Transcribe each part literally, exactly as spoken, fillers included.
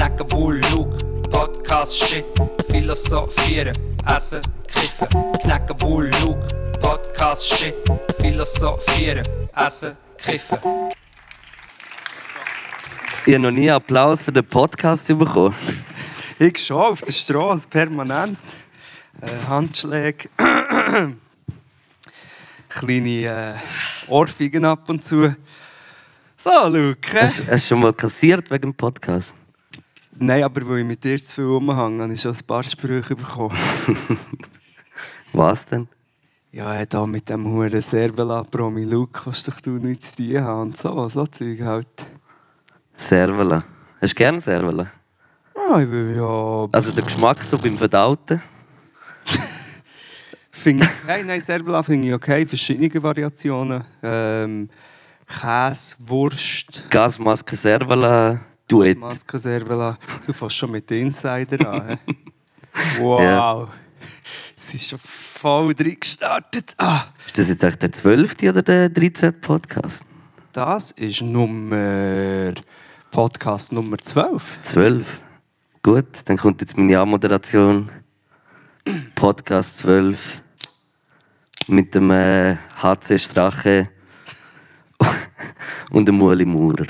knacken Bull, Luke, Podcast, Shit, philosophieren, essen, kiffen. Knacken Bull, Luke, Podcast, Shit, philosophieren, essen, kiffen. Ich habe noch nie einen Applaus für den Podcast bekommen. Ich schon, auf der Straße, permanent. Äh, Handschläge. Kleine äh, Ohrfeigen ab und zu. So, Luke. Hast, hast du schon mal kassiert wegen dem Podcast? Nein, aber weil ich mit dir zu viel rumhänge, habe ich schon ein paar Sprüche bekommen. Was denn? Ja, da mit dem huren Servela-Promi Luke kannst doch du nichts zu tun haben. Und so, so Zeug halt. Servela. Hast du gerne Servela? Ja, ich will ja... Also der Geschmack so beim Verdauten? Finde ich, hey, nein, Servela finde ich okay. Verschiedene Variationen. Ähm, Käse, Wurst. Gasmaske Servela, Duett. Gasmaske Servela. Du fährst schon mit den Insider an. He? Wow. Ja. Es ist schon voll drin gestartet. Ah. Ist das jetzt echt der zwölfte oder der dreizehnte Podcast? Das ist Nummer... Podcast Nummer zwölf. zwölf. Gut, dann kommt jetzt meine Anmoderation. Podcast zwölf. Mit dem äh, H C Strache und dem Ueli Maurer.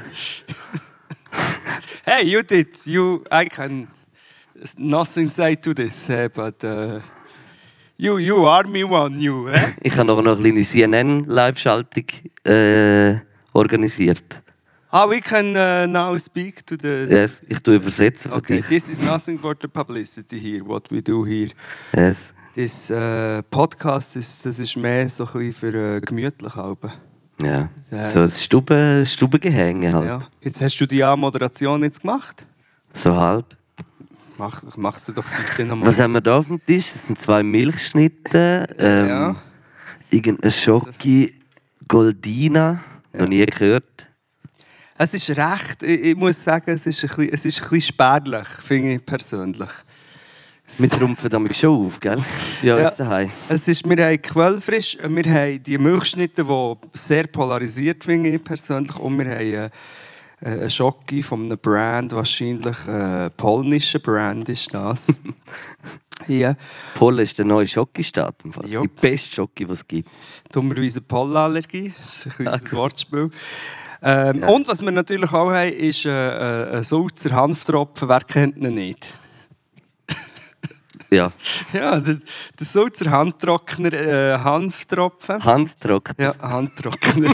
Hey, you did. You, I can nothing say to this, eh, but uh, you, you are me one, you. Eh? Ich habe noch eine kleine C N N-Live-Schaltung äh, organisiert. Ah, we can uh, now speak to the... Yes, ich tue übersetzen für Okay, dich. this is nothing for the publicity here, what we do here. Yes. This uh, Podcast, ist, das ist mehr so ein bisschen für uh, gemütlich halben. Ja, Ja. so ein Stuben, Stubengehänge halt. Ja. Jetzt hast du die Moderation jetzt gemacht? So halb. Mach, machst du doch bitte nochmal. Was haben wir da auf dem Tisch? Das sind zwei Milchschnitte. Ähm, Ja. Irgendeine Schoki Goldina. Ja. Noch nie gehört. Es ist recht, ich, ich muss sagen, es ist ein bisschen, es ist ein bisschen spärlich, finde ich persönlich. Wir trumpfen damit schon auf, gell? Ja, Ja. ist daheim. Es ist, wir haben Quellfrisch, wir haben die Milchschnitte, die sehr polarisiert, finde ich persönlich, und wir haben äh, einen Schoki von einem Brand, wahrscheinlich ein polnischer Brand ist das. Hier, Polen ist der neue Schokistaat. im Fall. Ja. Die beste Schoki, die es gibt. dummerweise Pollenallergie, das ist ein Ah, kleines Wortspiel. Ähm, Ja. Und was wir natürlich auch haben, ist äh, äh, ein Sulzer Hanftropfen, wer kennt ihn nicht? Ja, Ja, der, der Sulzer Handtrockner, äh, Hanftropfen. Handtrockner. Ja, Handtrockner.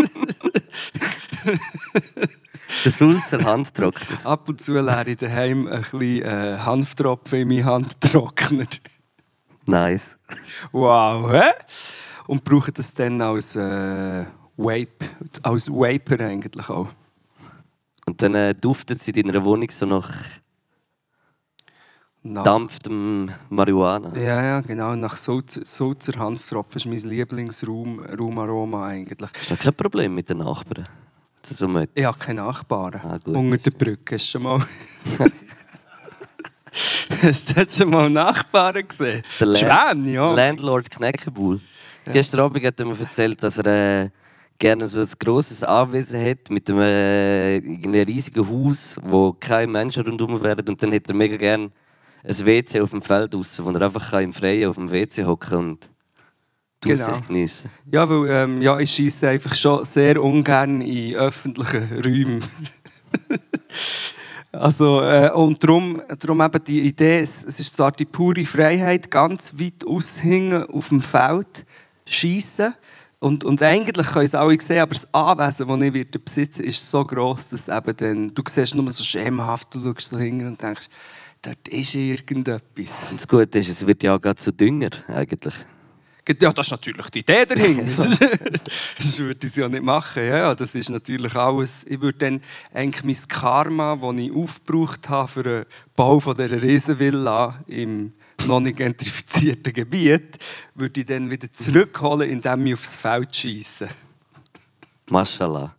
Der Sulzer Handtrockner. Ab und zu leere ich daheim ein bisschen äh, Hanftropfen in meinen Handtrockner. Nice. Wow, hä? Und brauche das dann als äh, Vape, als Vapor eigentlich auch. Und dann äh, duftet es in deiner Wohnung so nach Nach, dampftem Marihuana. ja, ja, genau. Nach Sulzer, Sulzer Hanftropfen ist mein Lieblingsraumaroma eigentlich. Hast du kein Problem mit den Nachbarn? Das so mit. Ich habe keine Nachbarn. Ah, gut. Unter der Brücke. Hast du schon mal... Hast du schon mal Nachbarn gesehen? Der Land- Schwäne, ja. Landlord Knäckebuhl. Ja. Gestern Abend hat er mir erzählt, dass er äh, gerne so ein grosses Anwesen hat mit einem, äh, einem riesigen Haus, wo kein Mensch rundherum wäre. Und dann hätte er mega gerne ein W C auf dem Feld draussen, wo er einfach kann im Freien auf dem W C hocken und die Genau. Aussicht geniessen. Ja, weil ähm, ja, ich schiesse einfach schon sehr ungern in öffentlichen Räumen. also, äh, und darum, darum eben die Idee, es, es ist zwar die pure Freiheit, ganz weit aushängen auf dem Feld, schiessen. Und, und eigentlich können es alle sehen, aber das Anwesen, das ich wieder besitze, ist so gross, dass eben dann, du siehst nur so schemenhaft, du schaust so hin und denkst, dort ist irgendetwas. Und das Gute ist, es wird ja gerade zu Dünger eigentlich. Ja, das ist natürlich die Idee dahinter. Das würde ich ja nicht machen. Ja, das ist natürlich alles. Ich würde dann eigentlich mein Karma, das ich aufgebraucht habe für den Bau dieser Riesenvilla im noch nicht gentrifizierten Gebiet, würde ich dann wieder zurückholen, indem ich aufs Feld schiesse. Mashallah.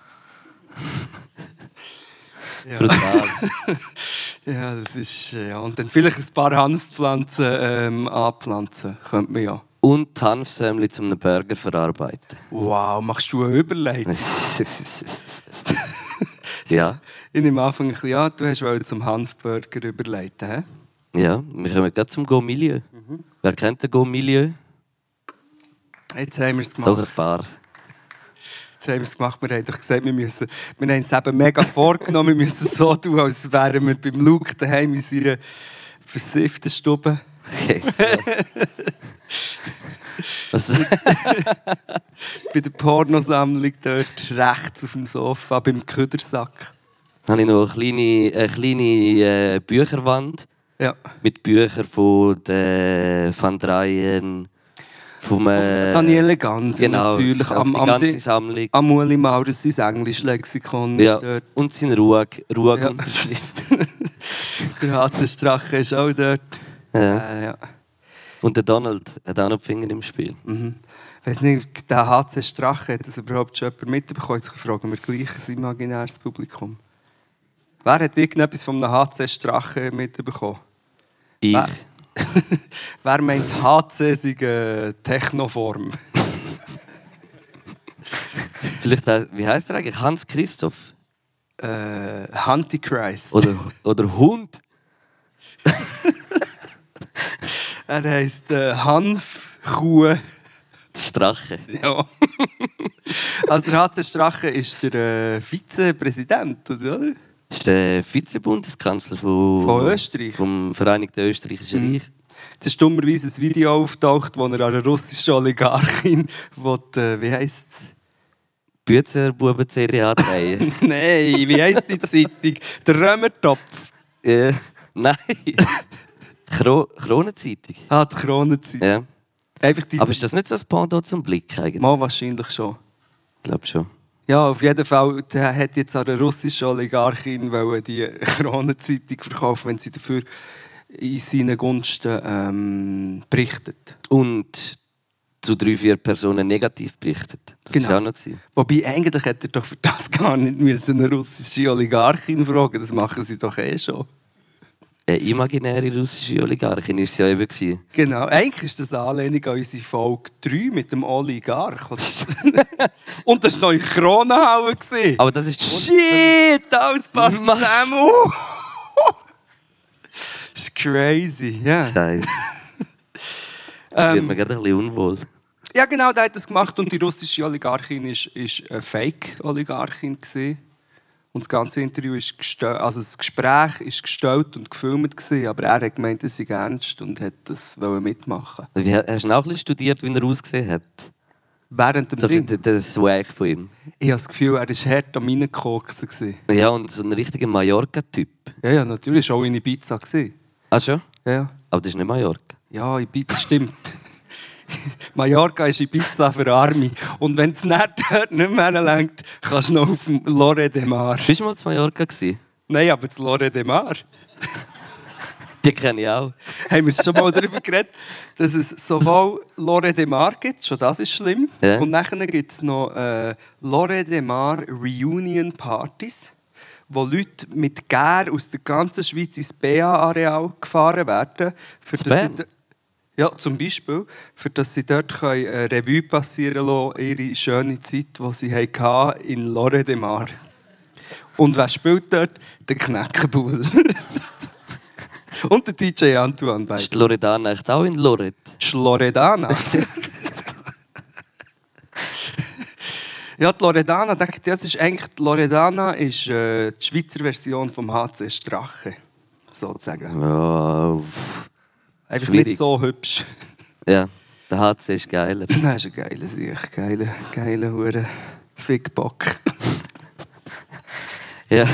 Ja. Brutal. Ja, das ist. Ja. Und dann vielleicht ein paar Hanfpflanzen ähm, anpflanzen, könnte man ja. Und Hanfsämli zum einen Burger verarbeiten. Wow, machst du eine Überleitung? Ja. Ich nehme am Anfang ein bisschen an, du hast wohl zum Hanfburger überleiten, hä? Ja, wir kommen gerade zum Go Milieu. Mhm. Wer kennt den Go Milieu? Jetzt haben wir es gemacht. Doch ein paar. Jetzt haben wir es gemacht. Wir haben doch gesagt, wir, müssen, wir haben es eben mega vorgenommen. Wir müssen so tun, als wären wir beim Luke daheim in seiner versifften Stube. Okay, so. Was? Bei der Pornosammlung dort rechts auf dem Sofa, beim Ködersack. Dann habe ich noch eine kleine, eine kleine äh, Bücherwand. Ja. Mit Büchern von den Van Dreyen, vom äh, Daniele Ganser genau, natürlich. Am, die ganze die, Sammlung. Am Uli Maurer, sein Englisch-Lexikon ja. ist dort. Und sein Ruag, Ruag ja. Unterschrift. Der Hatzenstrache ist auch dort. Ja. Äh, ja. Und der Donald hat auch noch die Finger im Spiel. Mhm. Ich weiss nicht, der H C Strache, hat das überhaupt schon jemand mitbekommen? Jetzt fragen wir gleich ein imaginäres Publikum. Wer hat irgendetwas von einem H C Strache mitbekommen? Ich. Wer, Wer meint, H C sei eine Technoform? Vielleicht, wie heisst er eigentlich? Hans Christoph? Äh, Antichrist. Oder, oder Hund? Er heisst äh, Hanf, Kuh. Strache. Ja. Also der H C Strache ist der äh, Vizepräsident, oder? Ist der Vizebundeskanzler von, von Österreich. Vom Vereinigten Österreichischen Mhm. Reich. Es ist dummerweise ein Video auftaucht, wo er an einer russischen Oligarchin, will, äh, wie heisst es? Bützerbuben C D A drehen. Nein, wie heisst die Zeitung? Der Römertopf. äh, nein. Kro Kronenzeitung. Ah, die Kronenzeitung. Ja. Einfach die... Aber ist das nicht so ein Pendant zum Blick eigentlich? Mal wahrscheinlich schon. Ich glaube schon. Ja, auf jeden Fall, der hat jetzt an einer russischen Oligarchin wollen die Kronenzeitung verkaufen, wenn sie dafür in seinen Gunsten ähm, berichtet. Und zu drei, vier Personen negativ berichtet. Das Genau. war auch noch gewesen. Wobei, eigentlich hätte er doch für das gar nicht müssen eine russische Oligarchin fragen. Das machen sie doch eh schon. Eine imaginäre russische Oligarchin war sie ja eben gewesen. Genau, eigentlich ist das eine Anlehnung an unsere Folge drei mit dem Oligarch. Und das war noch in Kronenhauen. Aber das ist... Shit, alles passt Mann. zusammen. Das ist crazy, ja. Scheiße. Da wird Ähm, mir gerade ein bisschen unwohl. ja, genau, der hat das gemacht. Und die russische Oligarchin war eine Fake-Oligarchin. Und das ganze Interview ist gestellt, also das Gespräch ist gestellt und gefilmt gewesen, aber er hat gemeint, es sei ernst und hat das mitmachen. Wie, hast du auch ein bisschen studiert, wie er ausgesehen hat? Während dem So Ding. der, der Swag von ihm. Ich habe das Gefühl, er war hart am Reingekoksen gewesen. Ja, und so ein richtiger Mallorca-Typ. Ja, ja, natürlich. Auch in Ibiza gewesen. Ah schon? Ja, Aber das ist nicht Mallorca. ja, Ibiza stimmt. Mallorca ist Ibiza für Arme. Und wenn es nicht dort nicht mehr lenkt, kannst du noch auf dem Lore de Mar. Bist du mal zu Mallorca gewesen? Nein, aber das Lore de Mar. Die kenne ich auch. Haben wir schon mal darüber geredet, dass es sowohl Lore de Mar gibt, schon das ist schlimm, Ja. und nachher gibt es noch äh, Lore de Mar Reunion Partys, wo Leute mit Gär aus der ganzen Schweiz ins B A-Areal gefahren werden. Für dass sie Bern? da- ja, zum Beispiel, für dass sie dort können, äh, Revue passieren lassen, ihre schöne Zeit, die sie hatten in Lore de Mar. Und wer spielt dort? Der Knäckebull. Und der D J Antoine bei. Ist die Loredana echt auch in Loret? Loredana. Ja, die Loredana, das ist eigentlich, die Loredana ist äh, die Schweizer Version vom H C Strache, sozusagen. Ja, Einfach schwierig. nicht so hübsch. ja, der H C ist geiler. Nein, ist ein geiler Sieg, geiler, geiler Hure Fickbock. Ja.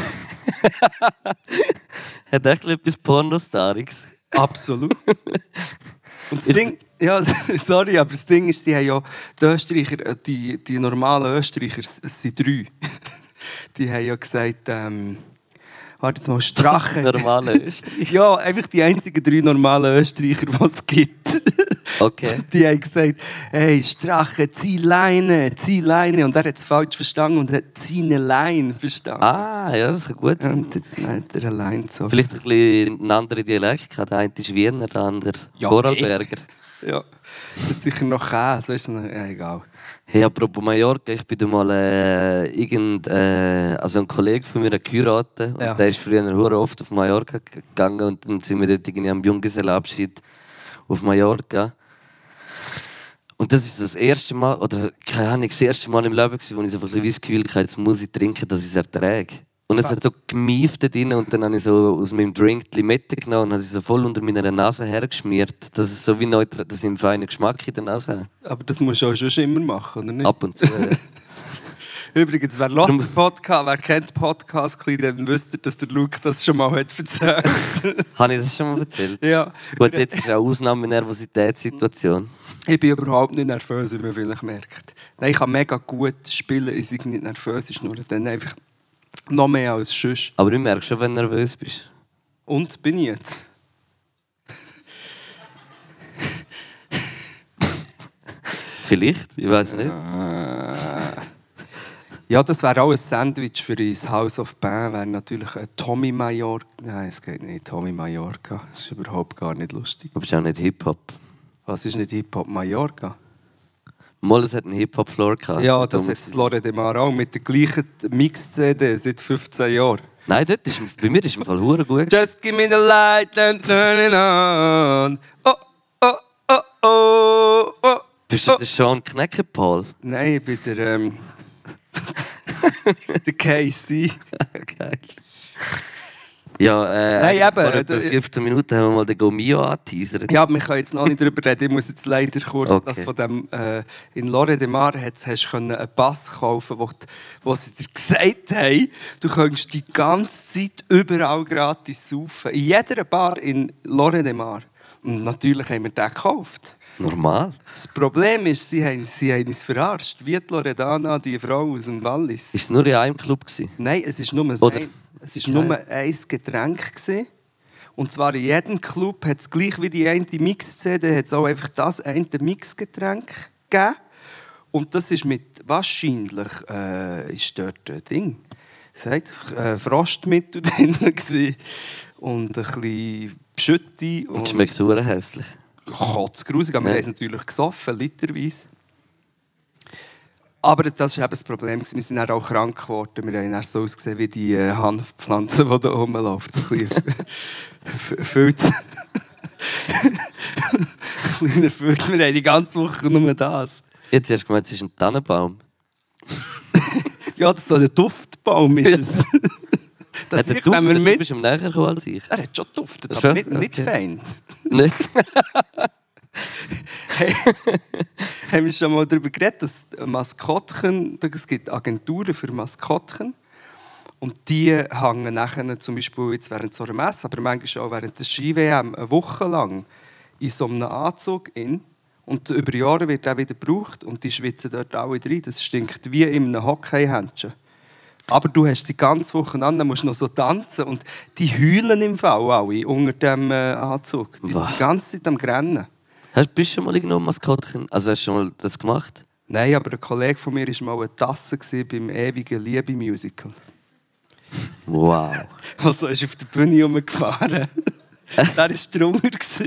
Hat echt etwas Pornostariges. Absolut. Und das Ding, ja, sorry, aber das Ding ist, sie haben ja die Österreicher, die, die normalen Österreicher, es sind drei, die haben ja gesagt, ähm, warte jetzt mal, Strache. Normale Österreich. Ja, einfach die einzigen drei normalen Österreicher, die es gibt. Okay. Die haben gesagt, hey, Strache, zieh Leine, zieh Leine. Und er hat es falsch verstanden und hat seine Leine verstanden. Ah, ja, das kann gut sein. Und dann hat er allein so. Vielleicht ein bisschen ein anderer Dialekt. Der eine ist Wiener, der andere Ja, Vorarlberger. Ja. Jetzt sicher noch Käse, weißt du? Ja, egal. Hey, apropos Mallorca, ich bin da mal äh, irgend, äh, also ein Kollege von mir hat geheiratet und Ja. der ist früher hure oft auf Mallorca gegangen und dann sind wir dort irgendwie am Junggesellenabschied auf Mallorca. Und das ist so das erste Mal, oder keine Ahnung, das erste Mal im Leben gewesen, wo ich so ein bisschen das Gefühl hatte, jetzt muss ich trinken, dass ich es erträge. Und es hat so gemieft drin und dann habe ich so aus meinem Drink die Limette genommen und habe sie so voll unter meiner Nase hergeschmiert, dass es so wie neutral, dass ich einen feinen Geschmack in der Nase habe. Aber das musst du auch schon immer machen, oder nicht? Ab und zu. Äh, Übrigens, wer hört den Podcast, wer kennt den Podcast, dann wisst ihr, dass der Luke das schon mal hat erzählt habe ich das schon mal erzählt? Ja. Gut, jetzt ist auch Ausnahme Nervositätssituation. Ich bin überhaupt nicht nervös, wie man vielleicht merkt. Nein, ich kann mega gut spielen, ich bin nicht nervös, ist nur dann einfach noch mehr als sonst. Aber du merkst schon, wenn du nervös bist. Und bin ich jetzt? Vielleicht, ich weiß nicht. Ja, das wäre auch ein Sandwich für uns House of Band, wäre natürlich ein Tommy Mallorca. Nein, es geht nicht, Tommy Mallorca. Das ist überhaupt gar nicht lustig. Aber es ist auch nicht Hip-Hop. Was ist nicht Hip-Hop Mallorca? Mal, es hat einen Hip-Hop-Floor gehabt. Ja, das Da hat muss- Lore de Mar auch mit der gleichen Mix-C D seit fünfzehn Jahren. Nein, dort ist, bei mir ist im Fall hure gut. Just give me the light and turn it on. Oh, oh, oh, oh, oh. Bist du der Sean Kneckepaul? Nein, ich bin der, ähm, der K C. Geil. Ja, äh, Nein, eben, vor etwa äh, fünfzehn Minuten haben wir mal den Gomio angeteasert. Ja, aber wir können jetzt noch nicht darüber reden. Ich muss jetzt leider kurz, Okay. dass von dem äh, in Lore de Mar hast, hast du einen Pass kaufen, wo, die- wo sie dir gesagt haben, du könntest die ganze Zeit überall gratis saufen. In jeder Bar in Lore de Mar. Und natürlich haben wir den gekauft. Normal. Das Problem ist, sie haben, sie haben uns verarscht. Wie die Loredana, die Frau aus dem Wallis. Ist es nur in einem Club gewesen? Nein, es ist nur, Oder- ein, es ist nur ein Getränk gewesen. Und zwar in jedem Club hat es gleich wie die eine Mix-C D, hat es auch einfach das eine Mixgetränk gegeben. Und das ist mit, wahrscheinlich, äh, ist dort ein Ding, sagt, äh, Frostmittel drin gewesen. Und ein bisschen Schütte. Und es schmeckt hure hässlich. Kotzgrusig, aber wir Ja. haben es natürlich gesoffen, literweise. Aber das war eben das Problem. Wir sind dann auch krank geworden. Wir haben dann so ausgesehen wie die äh, Hanfpflanze, die da rumläuft. So ein bisschen F- Filz. Kleiner Filz. Wir haben die ganze Woche nur das. Jetzt hast du gemeint, es ist ein Tannenbaum. Ja, das ist so ein Duftbaum. Ist es. Das Hat er ich, nehmen wir duftet? Du mit. bist ihm näher gekommen als ich. Er hat schon duftet, Schon? aber nicht, nicht Okay. fein. Nicht? Hey, haben wir schon mal darüber geredet, dass Maskottchen, es gibt Agenturen für Maskottchen und die hängen nachher zum Beispiel jetzt während so einer Messe, aber manchmal auch während der Ski-W M eine Woche lang in so einem Anzug in und über Jahre wird er wieder gebraucht und die schwitzen dort alle drin. Das stinkt wie in einem Hockeyhändchen. Aber du hast sie ganze Woche an, dann musst du noch so tanzen und die heulen im Fall alle unter dem äh, Anzug. Die sind Wow. die ganze Zeit am Rennen. Hast, bist du schon mal irgendwo ein Maskottchen? Also hast du schon mal das gemacht? Nein, aber ein Kollege von mir war mal eine Tasse beim ewigen Liebe-Musical. Wow. Also ist auf der Bühne rumgefahren. Der war drunter.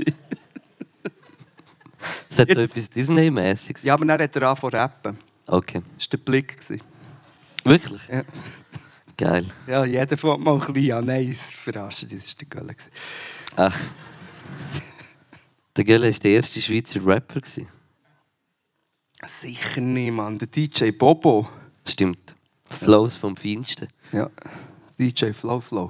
Es hat so Jetzt- etwas Disney-mäßiges. Ja, aber dann hat er angefangen zu rappen. Okay. Das war der Blick. Wirklich? Ja. Geil. Ja, jeder fängt mal ein bisschen an. Nein, das verarschen, das war der Gölle. Ach. Der Gölle war der erste Schweizer Rapper gewesen. Sicher nicht, Mann. Der D J Bobo. Stimmt. Flows vom Feinsten. Ja, D J Flow Flow.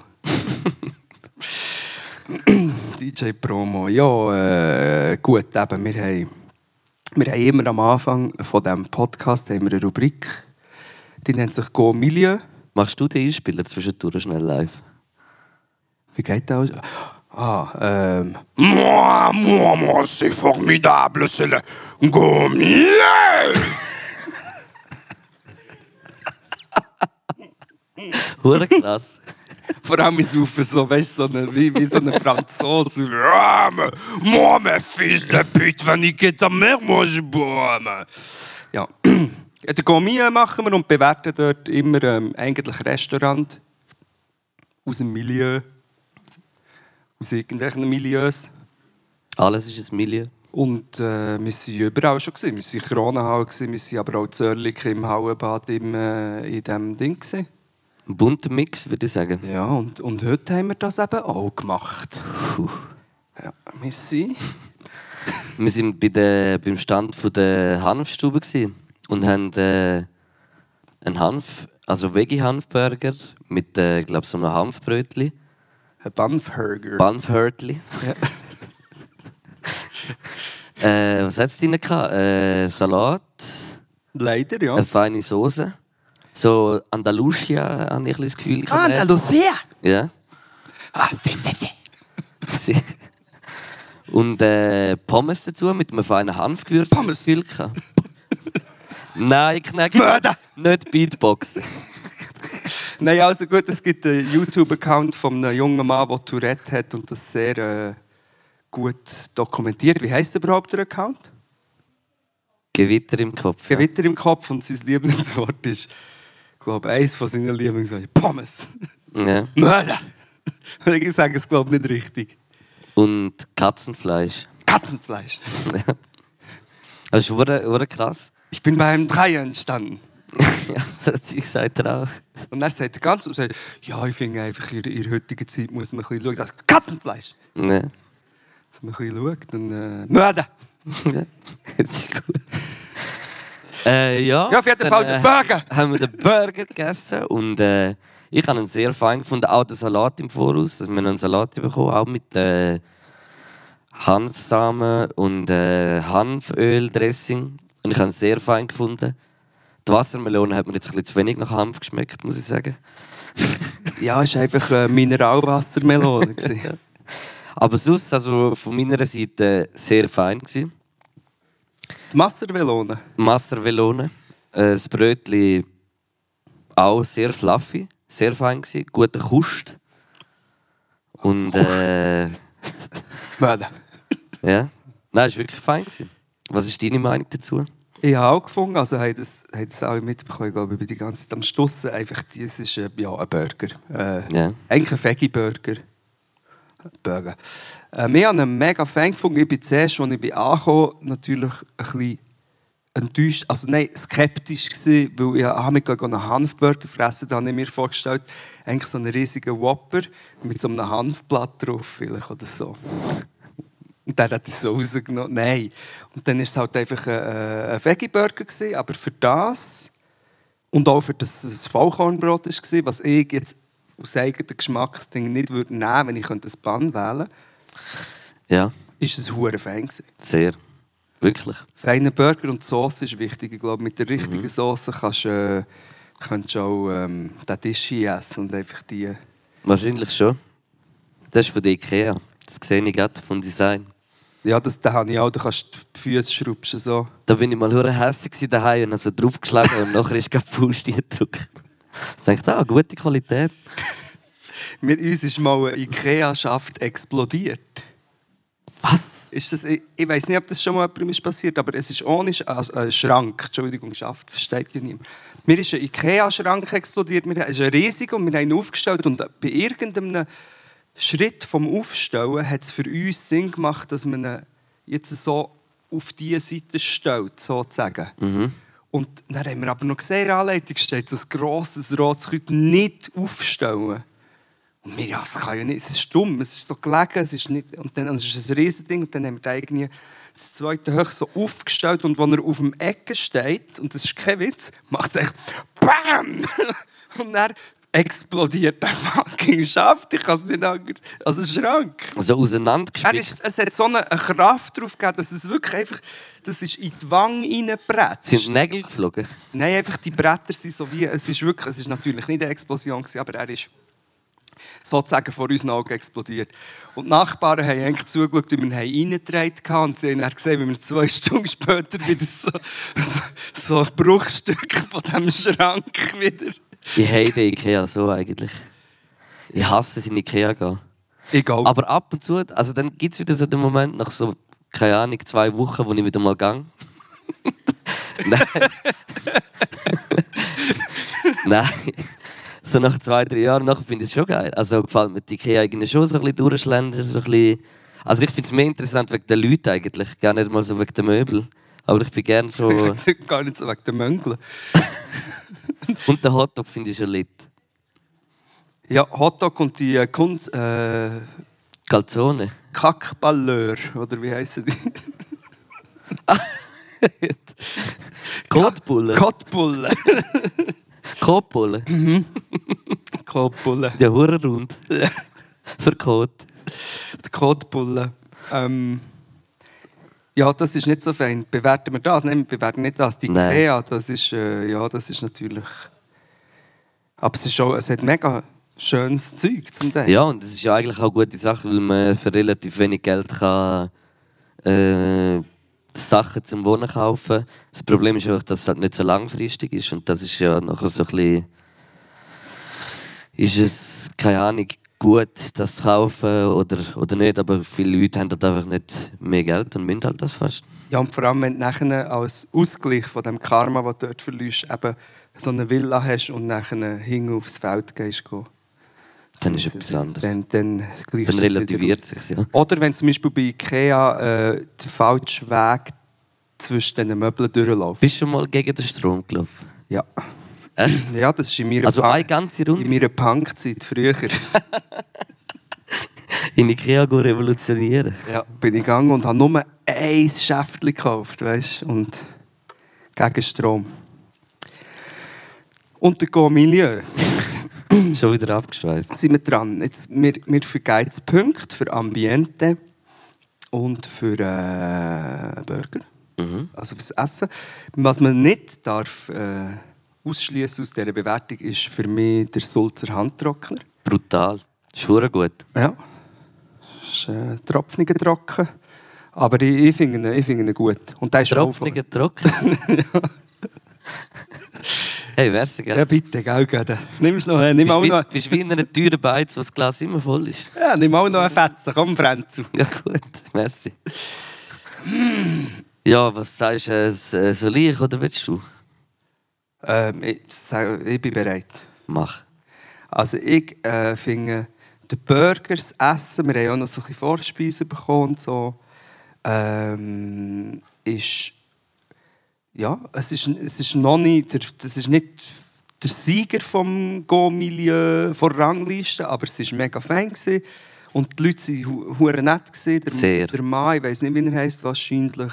D J Promo. Ja, äh, gut, eben, wir haben, wir haben immer am Anfang von diesem Podcast haben wir eine Rubrik, die nennt sich «Go Milieu». Machst du den Einspieler zwischendurch schnell live? Wie geht das? Ah, ähm... «Moi, moi, moi, c'est formidable, c'est le Go Milieu!» Hure krass. Vor allem ist Saufen so, weißt du, so eine, wie, wie so ein Franzose. «Ah, mais, moi, mes fils de pute, wenn ich jetzt am Meer muss, boah!» Ja. Ja, den Gourmet machen wir und bewerten dort immer ähm, eigentlich Restaurant aus dem Milieu, aus irgendwelchen Milieus. Alles ist ein Milieu. Und äh, wir waren überall schon. Gewesen. Wir waren in Kronenhall, gewesen, wir waren aber auch in Zörlik im Hallenbad im, äh, in diesem Ding. Gewesen. Ein bunter Mix, würde ich sagen. Ja, und, und heute haben wir das eben auch gemacht. Puh. Ja, wir sind... Wir waren bei der, beim Stand von der Hanfstube gewesen und haben äh, einen Hanf, also Veggie-Hanfburger mit, äh, glaube so einem Hanfbrötli. Ein Banfburger. Banfhörtli. Ja. äh, was hat es drin gehabt? Äh, Salat. Leider, ja. Eine feine Soße. So Andalusia, habe ich ein bisschen das Gefühl. Ah, Andalusia! Ja. Ah, si, si, si. Und äh, Pommes dazu mit einem feinen Hanfgewürz. Pommes? Nein, Kneck. Mörder! Nicht Beatboxen. Nein, also gut, es gibt einen YouTube-Account von einem jungen Mann, der Tourette hat und das sehr äh, gut dokumentiert. Wie heisst überhaupt der Account? Gewitter im Kopf. Ja. Gewitter im Kopf und sein Lieblingswort ist, ich glaube, eines von seinen Lieblingsworten, Pommes. Ja. Mörder! Ich sage es, glaube ich, nicht richtig. Und Katzenfleisch. Katzenfleisch. Ja. Das ist wirklich krass. Ich bin bei einem Dreier entstanden. Ja, so Zeug sagt er auch. Und dann sagt er ganz und sagt, ja, ich finde einfach, in der heutigen Zeit muss man ein bisschen schauen. Das ist Katzenfleisch! Ja. Dass man ein bisschen schaut und äh, Mörder! Ja, das ist gut. Äh, ja, Ja, auf jeden dann, Fall den Burger! Äh, haben wir den Burger gegessen und äh, ich habe ihn sehr fein gefunden, auch den Salat im Voraus. Also wir haben einen Salat bekommen, auch mit äh, Hanfsamen und äh, Hanföl-Dressing. Und ich habe ihn sehr fein gefunden. Die Wassermelone hat mir jetzt ein bisschen zu wenig nach Hanf geschmeckt, muss ich sagen. Ja, es war einfach eine Mineralwassermelone. Aber sonst, also von meiner Seite, sehr fein gewesen. Die Massermelone? Mastervelone. Äh, das Brötchen auch sehr fluffy, sehr fein gewesen, guter Kust. Und äh, Mörder! ja, nein, es war wirklich fein gewesen. Was ist deine Meinung dazu? Ich habe auch gefunden, also haben das, haben das alle mitbekommen, ich glaube, über die ganze Zeit am Schluss einfach, es ist äh, ja, ein Burger. Äh, Ja. Eigentlich ein Veggie-Burger. Burger. Äh, wir haben einen mega Fan gefunden. Ich bin zuerst, als ich bin angekommen bin, natürlich ein bisschen enttäuscht, also nein, skeptisch gewesen, weil ich habe mich einen Hanfburger fressen, da habe ich mir vorgestellt, eigentlich so einen riesigen Whopper mit so einem Hanfblatt drauf vielleicht oder so. Und dann hat es so rausgenommen. Nein. Und dann war es halt einfach ein, ein Veggie-Burger gewesen, aber für das und auch für das es Vollkornbrot war, was ich jetzt aus eigenem Geschmacksding nicht würde nehmen, wenn ich ein Bun wählen könnte, Ja, ist es hure fein gewesen. sehr. Wirklich. Feiner Burger und die Sauce ist wichtig. Ich glaube, mit der richtigen Mhm. Sauce kannst du äh, kannst du auch ähm, den Tisch essen und einfach die... Wahrscheinlich schon. Das ist von der Ikea. Das sehe ich gerade vom Design. Ja, das da habe ich auch. Da kannst du die Füße schrubschen so. Da bin ich mal hure hässlich daheim und habe so draufgeschlagen und nachher ist gerade die Faust gedrückt. Da dachte ich, ah, gute Qualität. Mit uns ist mal eine Ikea-Schaft explodiert. Was? Ist das, ich ich weiß nicht, ob das schon mal jemandem ist passiert, aber es ist ohne Sch also, äh, Schrank. Entschuldigung, Schaft, versteht ja niemand. Mir ist ein Ikea-Schrank explodiert. Es ist ein riesiger und wir haben ihn aufgestellt. Und bei irgendeinem Schritt vom Aufstellen hat es für uns Sinn gemacht, dass man ihn jetzt so auf diese Seite stellt, sozusagen. Mhm. Und dann haben wir aber noch gesehen, in der Anleitung steht, das grosses rotes Kreuz nicht aufstellen. Und wir, ja, das kann ja nicht, es ist dumm, es ist so gelegen, es ist nicht, und dann und es ist ein Riesending und dann haben wir da irgendwie das zweite Höch so aufgestellt und wenn er auf dem Ecke steht, und das ist kein Witz, macht es echt BAM! Und dann explodiert der fucking Schaft, ich kann es nicht anders, also ein Schrank. Also Er auseinandergespickt. ist, es hat so eine, eine Kraft drauf gegeben, dass es wirklich einfach, das ist in die Wange reingebretzt. Sind Nägel geflogen? Nein, einfach die Bretter sind so wie, es ist wirklich, es ist natürlich nicht eine Explosion gewesen, aber er ist sozusagen vor unseren Augen explodiert. Und die Nachbarn haben eigentlich zugeschaut, wie wir ihn reingetragen haben und sie haben dann gesehen, wie wir zwei Stunden später wieder so, so, so ein Bruchstück von diesem Schrank wieder... Ich hate Ikea so eigentlich. Ich hasse es, in Ikea gehen. Egal. Aber ab und zu, also dann gibt es wieder so den Moment, nach so, keine Ahnung, zwei Wochen, wo ich wieder mal gehe. Nein. Nein. So nach zwei, drei Jahren nachher finde ich es schon geil. Also gefällt mir die Ikea irgendwie schon so ein bisschen durchschlendern, so ein bisschen... Also ich finde es mehr interessant wegen den Leuten eigentlich, gar nicht mal so wegen den Möbeln. Aber ich bin gerne so... Gar nicht so wegen der Möngeln. Und den Hotdog finde ich schon lit. Ja, Hotdog und die äh, Kunst... Äh, Calzone. Kackballeur, oder wie heissen die? Kotbulle. Kotbulle. Kotbulle. Mhm. Kotbulle. Ja, Hurenrund. Für Kot. Die Kotbulle. Ähm, ja, das ist nicht so fein. Bewerten wir das? Nein, wir bewerten nicht das. Die Nein. Ikea, das ist, äh, ja, das ist natürlich... Aber es, ist schon, es hat mega schönes Zeug zum Teil. Ja, und das ist ja eigentlich auch eine gute Sache, weil man für relativ wenig Geld kann, äh, Sachen zum Wohnen kaufen. Das Problem ist einfach, dass es halt nicht so langfristig ist. Und das ist ja nachher so ein bisschen... Ist es, keine Ahnung, gut, das zu kaufen oder, oder nicht, aber viele Leute haben halt einfach nicht mehr Geld und müssen halt das fast. Ja, und vor allem, wenn du nachher als Ausgleich von dem Karma, das du dort verlierst, eben so eine Villa hast und nachher hinten aufs Feld gehst. Gehen. Dann ist etwas anderes. Dann, dann, Dann relativiert es sich, ja. Oder wenn zum Beispiel bei Ikea äh, der falsche Weg zwischen diesen Möbeln durchläuft. Bist du schon mal gegen den Strom gelaufen? Ja. Echt? Ja, das ist in meiner, Also Punk- eine ganze Runde? in meiner Punkzeit früher. In Ikea go revolutionieren? Ja, bin ich gegangen und habe nur ein Schäftchen gekauft, weißt du, und gegen Strom. Und der Go-Milieu. Schon wieder abgeschweift. Sind wir dran. Jetzt, wir, wir vergeben jetzt Punkte für Ambiente und für äh, Burger, Mhm. also fürs Essen. Was man nicht darf äh, ausschließen aus dieser Bewertung, ist für mich der Sulzer Handtrockner. Brutal. Ist verdammt gut. Ja, ist äh, tropfniger trocken, aber ich, ich finde ihn, ich finde ihn gut. Und der ist auch voll- Tropfniger trocken. Hey, wär's Ja, gell? bitte, gell, gell. Nimm es noch, äh, nimm Bist auch wie, noch, bist wie in einer teuren Beiz, wo das Glas immer voll ist. ja, nimm auch noch einen Fetzen, komm, Frenzel. Ja gut, merci. Ja, was sagst du? Äh, s- äh, soll ich oder willst du? Ähm, ich, sag- ich bin bereit. Mach. Also ich äh, finde, der Burger, das Essen, wir haben auch noch so ein bisschen Vorspeisen bekommen und so, ähm, ist, ja, es ist, es ist noch nicht, der, das ist nicht der Sieger vom Go-Milieu, von der Rangliste, aber es war mega fein gewesen. Und die Leute waren hu- hure nett gewesen. Der, Sehr. der Mann, ich weiss nicht, wie er heisst, wahrscheinlich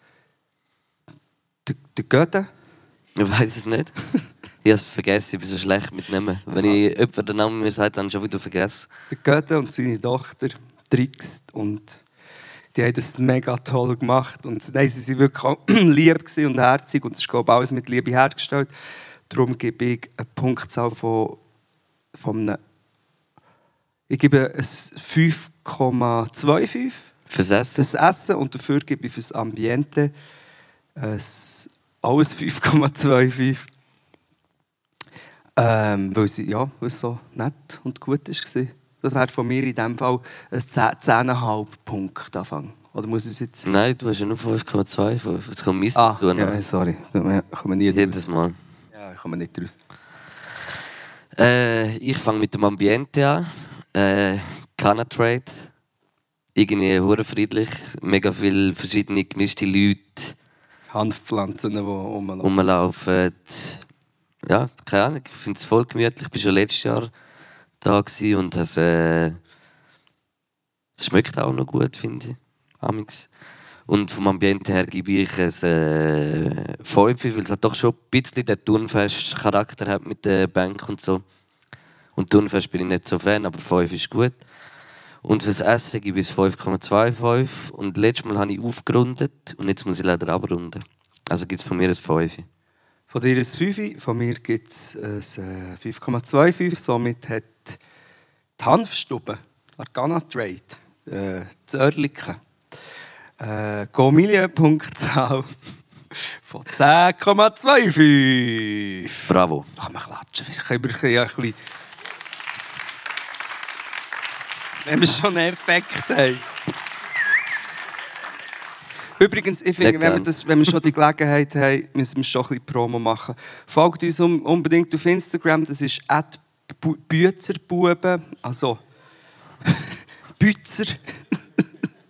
der, der Göde. Ich weiß es nicht. Ich habe es vergessen, ich bin so schlecht mit Namen. Wenn ich jemanden den Namen mir sagt, dann schon wieder vergessen. Der Göde und seine Tochter Trix, und die haben das mega toll gemacht und nein, sie waren wirklich auch lieb und herzig und es ist, glaube ich, alles mit Liebe hergestellt. Darum gebe ich eine Punktzahl von, von einem, ich gebe es fünf Komma fünfundzwanzig Fürs Essen? das Essen und dafür gebe ich für das Ambiente es alles fünf Komma fünfundzwanzig. Ähm, weil, sie, ja, weil es so nett und gut war. Das wäre von mir in diesem Fall ein zehn Komma fünf Punkt Anfang. Oder muss ich es jetzt... Nein, du hast ja nur fünf Komma fünfundzwanzig. Jetzt kommt Mist Ah, dazu. noch. ja, sorry. Ich komme nie Jedes raus. Mal. Ja, ich komme nicht raus. Äh, ich fange mit dem Ambiente an. Äh, Canatrade. Irgendwie hure friedlich. Mega viele verschiedene gemischte Leute Hanfpflanzen, die rumlaufen. rumlaufen. Ja, keine Ahnung. Ich finde es voll gemütlich. Ich war schon letztes Jahr da gewesen und es, äh, es schmeckt auch noch gut, finde ich. Amix. Und vom Ambiente her gebe ich es äh, fünf, weil es halt doch schon ein bisschen den Turnfest-Charakter hat mit der Bank und so. Und Turnfest bin ich nicht so Fan, aber fünf ist gut. Und fürs Essen gebe ich es fünf Komma fünfundzwanzig. Und letztes Mal habe ich aufgerundet und jetzt muss ich leider abrunden. Also gibt es von mir ein fünf. Von dir ein fünf, von mir gibt es ein fünf Komma fünfundzwanzig. Somit hat die Hanfstube, Arcana Trade, äh, das Oerlikon, äh, Go-Milieu-Punktzahl von zehn Komma fünfundzwanzig. Bravo. Da kann man klatschen. Ich kann über ein bisschen... Wenn wir schon einen Effekt haben. Übrigens, ich finde, Nicht wenn wir, ganz. das, wenn wir schon die Gelegenheit haben, müssen wir schon ein bisschen Promo machen. Folgt uns um, unbedingt auf Instagram, das ist at büzerbuben, also Bützer.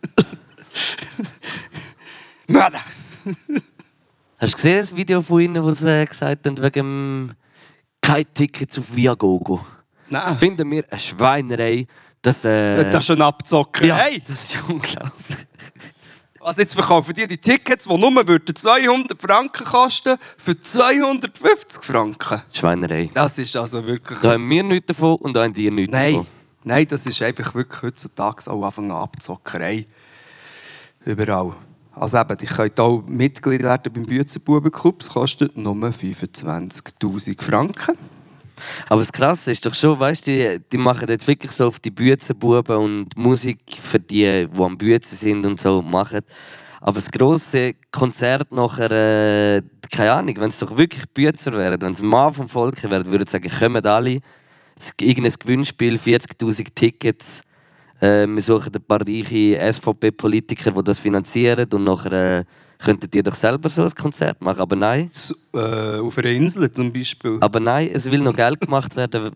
Mörder! Hast du gesehen das Video von ihnen, wo sie äh, gesagt haben, wegen dem kein Tickets auf Viagogo? Nein. Das finden wir eine Schweinerei. Das, äh, Das ist ein Abzocker. ja, Hey! das ist unglaublich. Also jetzt verkaufen die die Tickets, die nur würden zweihundert Franken kosten, für zweihundertfünfzig Franken. Schweinerei. Das ist also wirklich... Da haben wir nichts davon und da haben die nichts Nein, davon. nein, das ist einfach wirklich heutzutage auch Anfang an Abzockerei. Überall. Also eben, ich könnt auch Mitglied werden beim Büezenbubenclub. Es kostet nur fünfundzwanzigtausend Franken. Aber das Krasse ist doch schon, weißt du, die, die machen jetzt wirklich so auf die Büezenbuben und Musik für die, die am Büezen sind und so machen. Aber das grosse Konzert nachher, äh, keine Ahnung, wenn es doch wirklich Büezer wären, wenn es Mann vom Volk wären, würde ich sagen, kommen alle, es, irgendein Gewinnspiel, vierzigtausend Tickets, äh, wir suchen ein paar reiche S V P-Politiker, die das finanzieren und nachher äh, könntet ihr doch selber so ein Konzert machen, aber nein. So, äh, auf einer Insel zum Beispiel. Aber nein, es will noch Geld gemacht werden.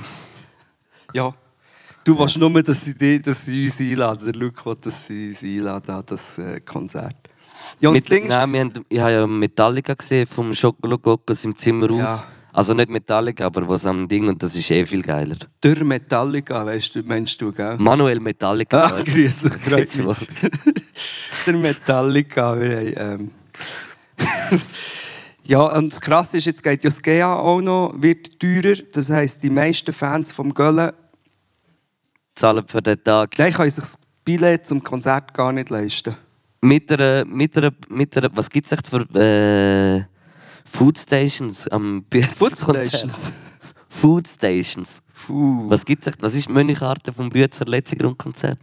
Ja. Du willst nur, dass sie, die, dass sie uns einladen. Der Luke will, dass sie uns einladen an das äh, Konzert. Ja, und Mit, das Ding ist, nein, wir haben, ich habe ja Metallica gesehen vom Schokologokos im Zimmer aus. Ja. Also nicht Metallica, aber was am Ding und das ist eh viel geiler. der Metallica, weißt du, meinst du, gell? Manuel Metallica. Ah, grüß dich, freut Jetzt mich. wohl. Der Metallica, wir haben, ähm ja, und das Krasse ist, jetzt geht ja das G A auch noch, wird teurer. Das heisst, die meisten Fans vom Göllen, Zahlen für den Tag. die können sich das Billett zum Konzert gar nicht leisten. Mit einer, mit einer, mit einer, was gibt es echt für äh, Food Stations am Food Büezer Stations. Food Stations. Puh. Was gibt's echt? Was ist die Menükarte vom Büezer letzten Grundkonzert?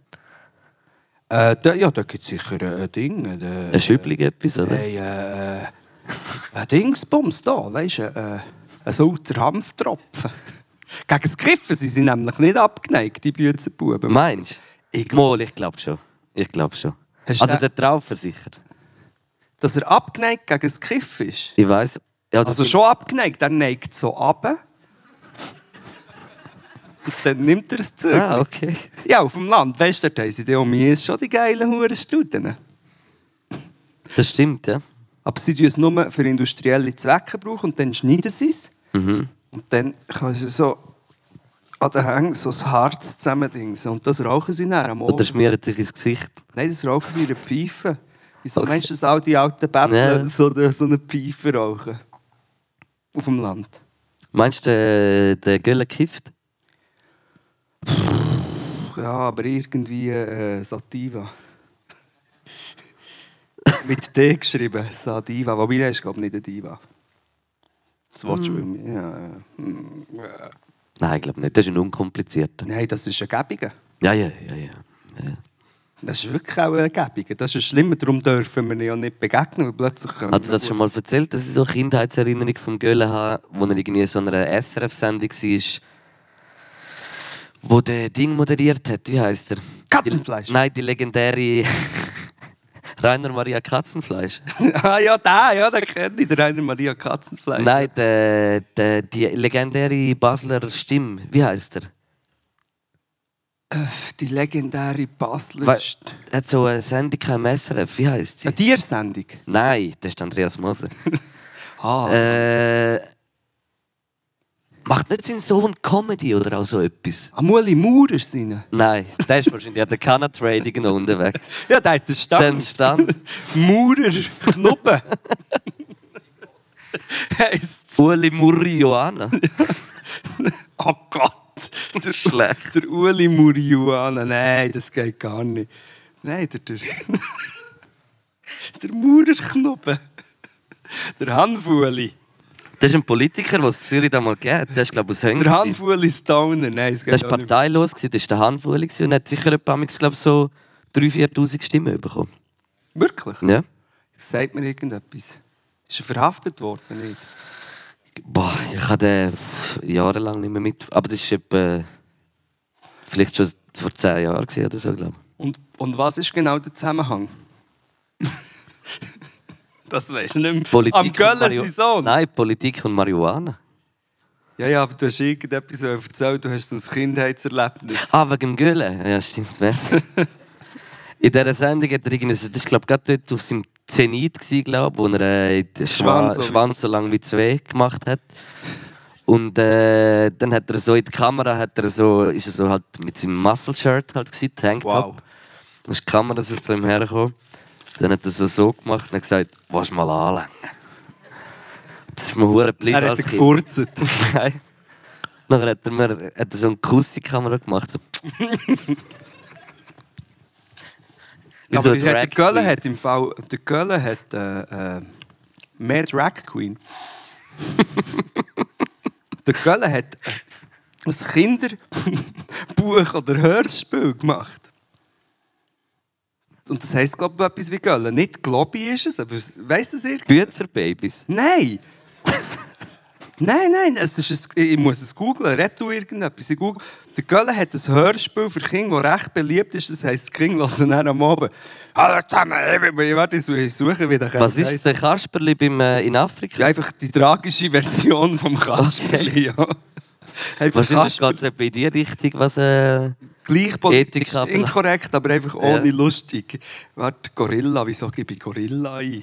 Äh, da, ja, da gibt es sicher äh, ein Ding. Äh, Ein Schüppling etwas, oder? Hey, äh, äh, ein Dingsbums da, weißt du, äh, ein sauter Hanftropfen. Gegen das Kiffen sind sie nämlich nicht abgeneigt, die Büezenbuben. Meinst du? Ich Mal, ich glaube schon. Ich glaube schon. Hast Also du- der Traufer sicher. Dass er abgeneigt gegen das Kiffen ist. Ich weiß. Ja, das Also sind- schon abgeneigt, er neigt so ab. Und dann nimmt er es zurück. Ah, okay. Ja, auf dem Land, weißt du, da haben sie die um mich schon die geilen Hurenstuden. Das stimmt, ja. Aber sie brauchen es nur für industrielle Zwecke brauchen und dann schneiden sie es. Mhm. Und dann können sie so an den Hängen so ein Harz zusammendingsen. Und das rauchen sie dann am Oder Abend. schmiert sich ins Gesicht. Nein, das rauchen sie in der Pfeife. Wieso Okay. meinst du, dass all die alten Bettler Ja. so, so eine Pfeife rauchen? Auf dem Land. Meinst du, der, der Gölle kifft? Ja, aber irgendwie äh, Sativa. Mit D geschrieben, Sativa. Wobei, das ist glaube ich nicht eine Diva. Das willst du Hm. mm. ja, ja. Hm, ja. Nein, ich glaube nicht. Das ist ein unkomplizierter. Nein, das ist ein Gäbiger. Ja, ja, ja, ja. ja. Das ist wirklich auch ein Gäbiger. Das ist schlimmer, darum dürfen wir ihn ja nicht begegnen. Weil plötzlich können Hat er das schon mal erzählt, dass ich so eine Kindheitserinnerung vom Gölle habe, wo er irgendwie in so einer S R F-Sendung war, wo der Ding moderiert hat? Wie heisst er? Katzenfleisch. Die, nein, die legendäre Rainer Maria Katzenfleisch. Ah ja, der, ja, den kenne ich, der Rainer Maria Katzenfleisch. Nein, der, der, die legendäre Basler Stimme. Wie heisst er? Die legendäre Basler... We- Er hat so eine Sendung im S R F. Wie heisst sie? Eine Tiersendung? Nein, das ist Andreas Moser. Ah. äh, macht nicht sein Sohn Comedy oder auch so etwas? Amuli Maurer ist seine. Nein, der ist wahrscheinlich an der Canna Trading noch unterwegs. Ja, der hat den Stand. Den Stand. Maurer Knuppen. Heisst's. Uli Murijuana. Oh Gott. Der, Schlecht. der Uli Murijuana. Nein, das geht gar nicht. Nein, der... Der, der Maurer Knuppen. Der Hanfuli. Das ist ein Politiker, den es in Zürich damals gab. Der ist, glaube ich, aus Höngen. Der Hanfuli Stoner. Nein, das geht Der war auch nicht. parteilos, das war der Hanfuli und hat sicher etwa, glaube ich, so dreitausend, viertausend Stimmen bekommen. Wirklich? Ja. Das sagt mir irgendetwas. Ist er verhaftet worden, nicht? Boah, ich habe den jahrelang nicht mehr mit. Aber das war etwa vielleicht schon vor zehn Jahren gewesen oder so, glaube ich. Und, und was ist genau der Zusammenhang? Das weisst du nicht mehr. Politik Am und Göllen Marihu- sein Sohn? Nein, Politik und Marihuana. Ja, ja, aber du hast irgendetwas erzählt, du hast so ein Kindheitserlebnis. Ah, wegen dem Gülle? Ja, stimmt. Was? In dieser Sendung hat er irgendwie, das ist glaube ich gerade dort auf seinem Zenit, glaube ich, wo er äh, den Schwanz, Schwanz, Schwanz so lang wie zwei gemacht hat. Und äh, dann hat er so in die Kamera, hat er so, ist er so halt mit seinem Muscle-Shirt halt gewesen, Tanktop. Wow. Dann ist die Kamera so zu ihm hergekommen. Dann hat er so so gemacht und hat gesagt, willst du mal anlängen? Das ist mir verdammt blind Er hat als Kind. gefurzt. Nein. Dann hat er, mir, hat er so eine Kussi-Kamera gemacht. So. Wie so Aber eine der Drag Gölle Queen. hat im Fall, der Gölle hat äh, äh, mehr Drag Queen. Der Gölle hat ein Kinderbuch oder Hörspiel gemacht. Und das heisst, glaube ich, etwas wie Gölle. Nicht Globi ist es, aber weiss das irgendwie? Büezerbabys. Nein! Nein, nein, es ist ein, ich muss es googlen. Red du irgendetwas. Ich google. Der Gölle hat ein Hörspiel für Kinder, das recht beliebt ist. Das heisst, die Kinder hören dann am Abend. Hallo zusammen, ich warte, ich suche wieder. Was ist das Kasperli beim, äh, in Afrika? Ja, einfach die tragische Version vom Kasperli. Ja. Einfach Wahrscheinlich Kasper, geht es in die Richtung, was... Äh, gleich politisch Ethik abla- inkorrekt, aber einfach ohne Ja. lustig. Warte, Gorilla, wieso gebe ich Gorilla ein?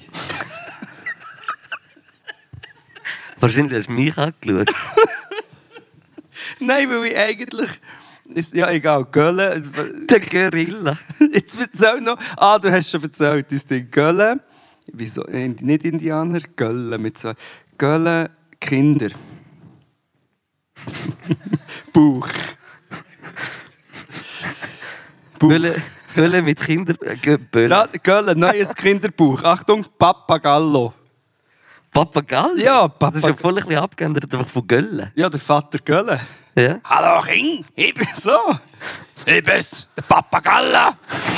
wahrscheinlich hast du mich angeschaut. Nein, weil ich eigentlich... Ist, ja, egal, Gölle. Der Gorilla. Jetzt erzähl noch. Ah, du hast schon erzählt, das Ding Gölle. Wieso? Nicht Indianer, Gölle mit zwei. Gölle, Kinder. Buch. Buch. Gölle, Gölle mit Kindern... Äh, Gö- Bölle. Ja, Gölle, neues Kinderbuch. Achtung, Papagallo. Papagallo? Ja, Das ist ja Papag- voll ein bisschen abgeändert einfach von Gölle. Ja, der Vater Gölle. Ja? Hallo Kind, ich bin so. Ich bin's, der Papagallo.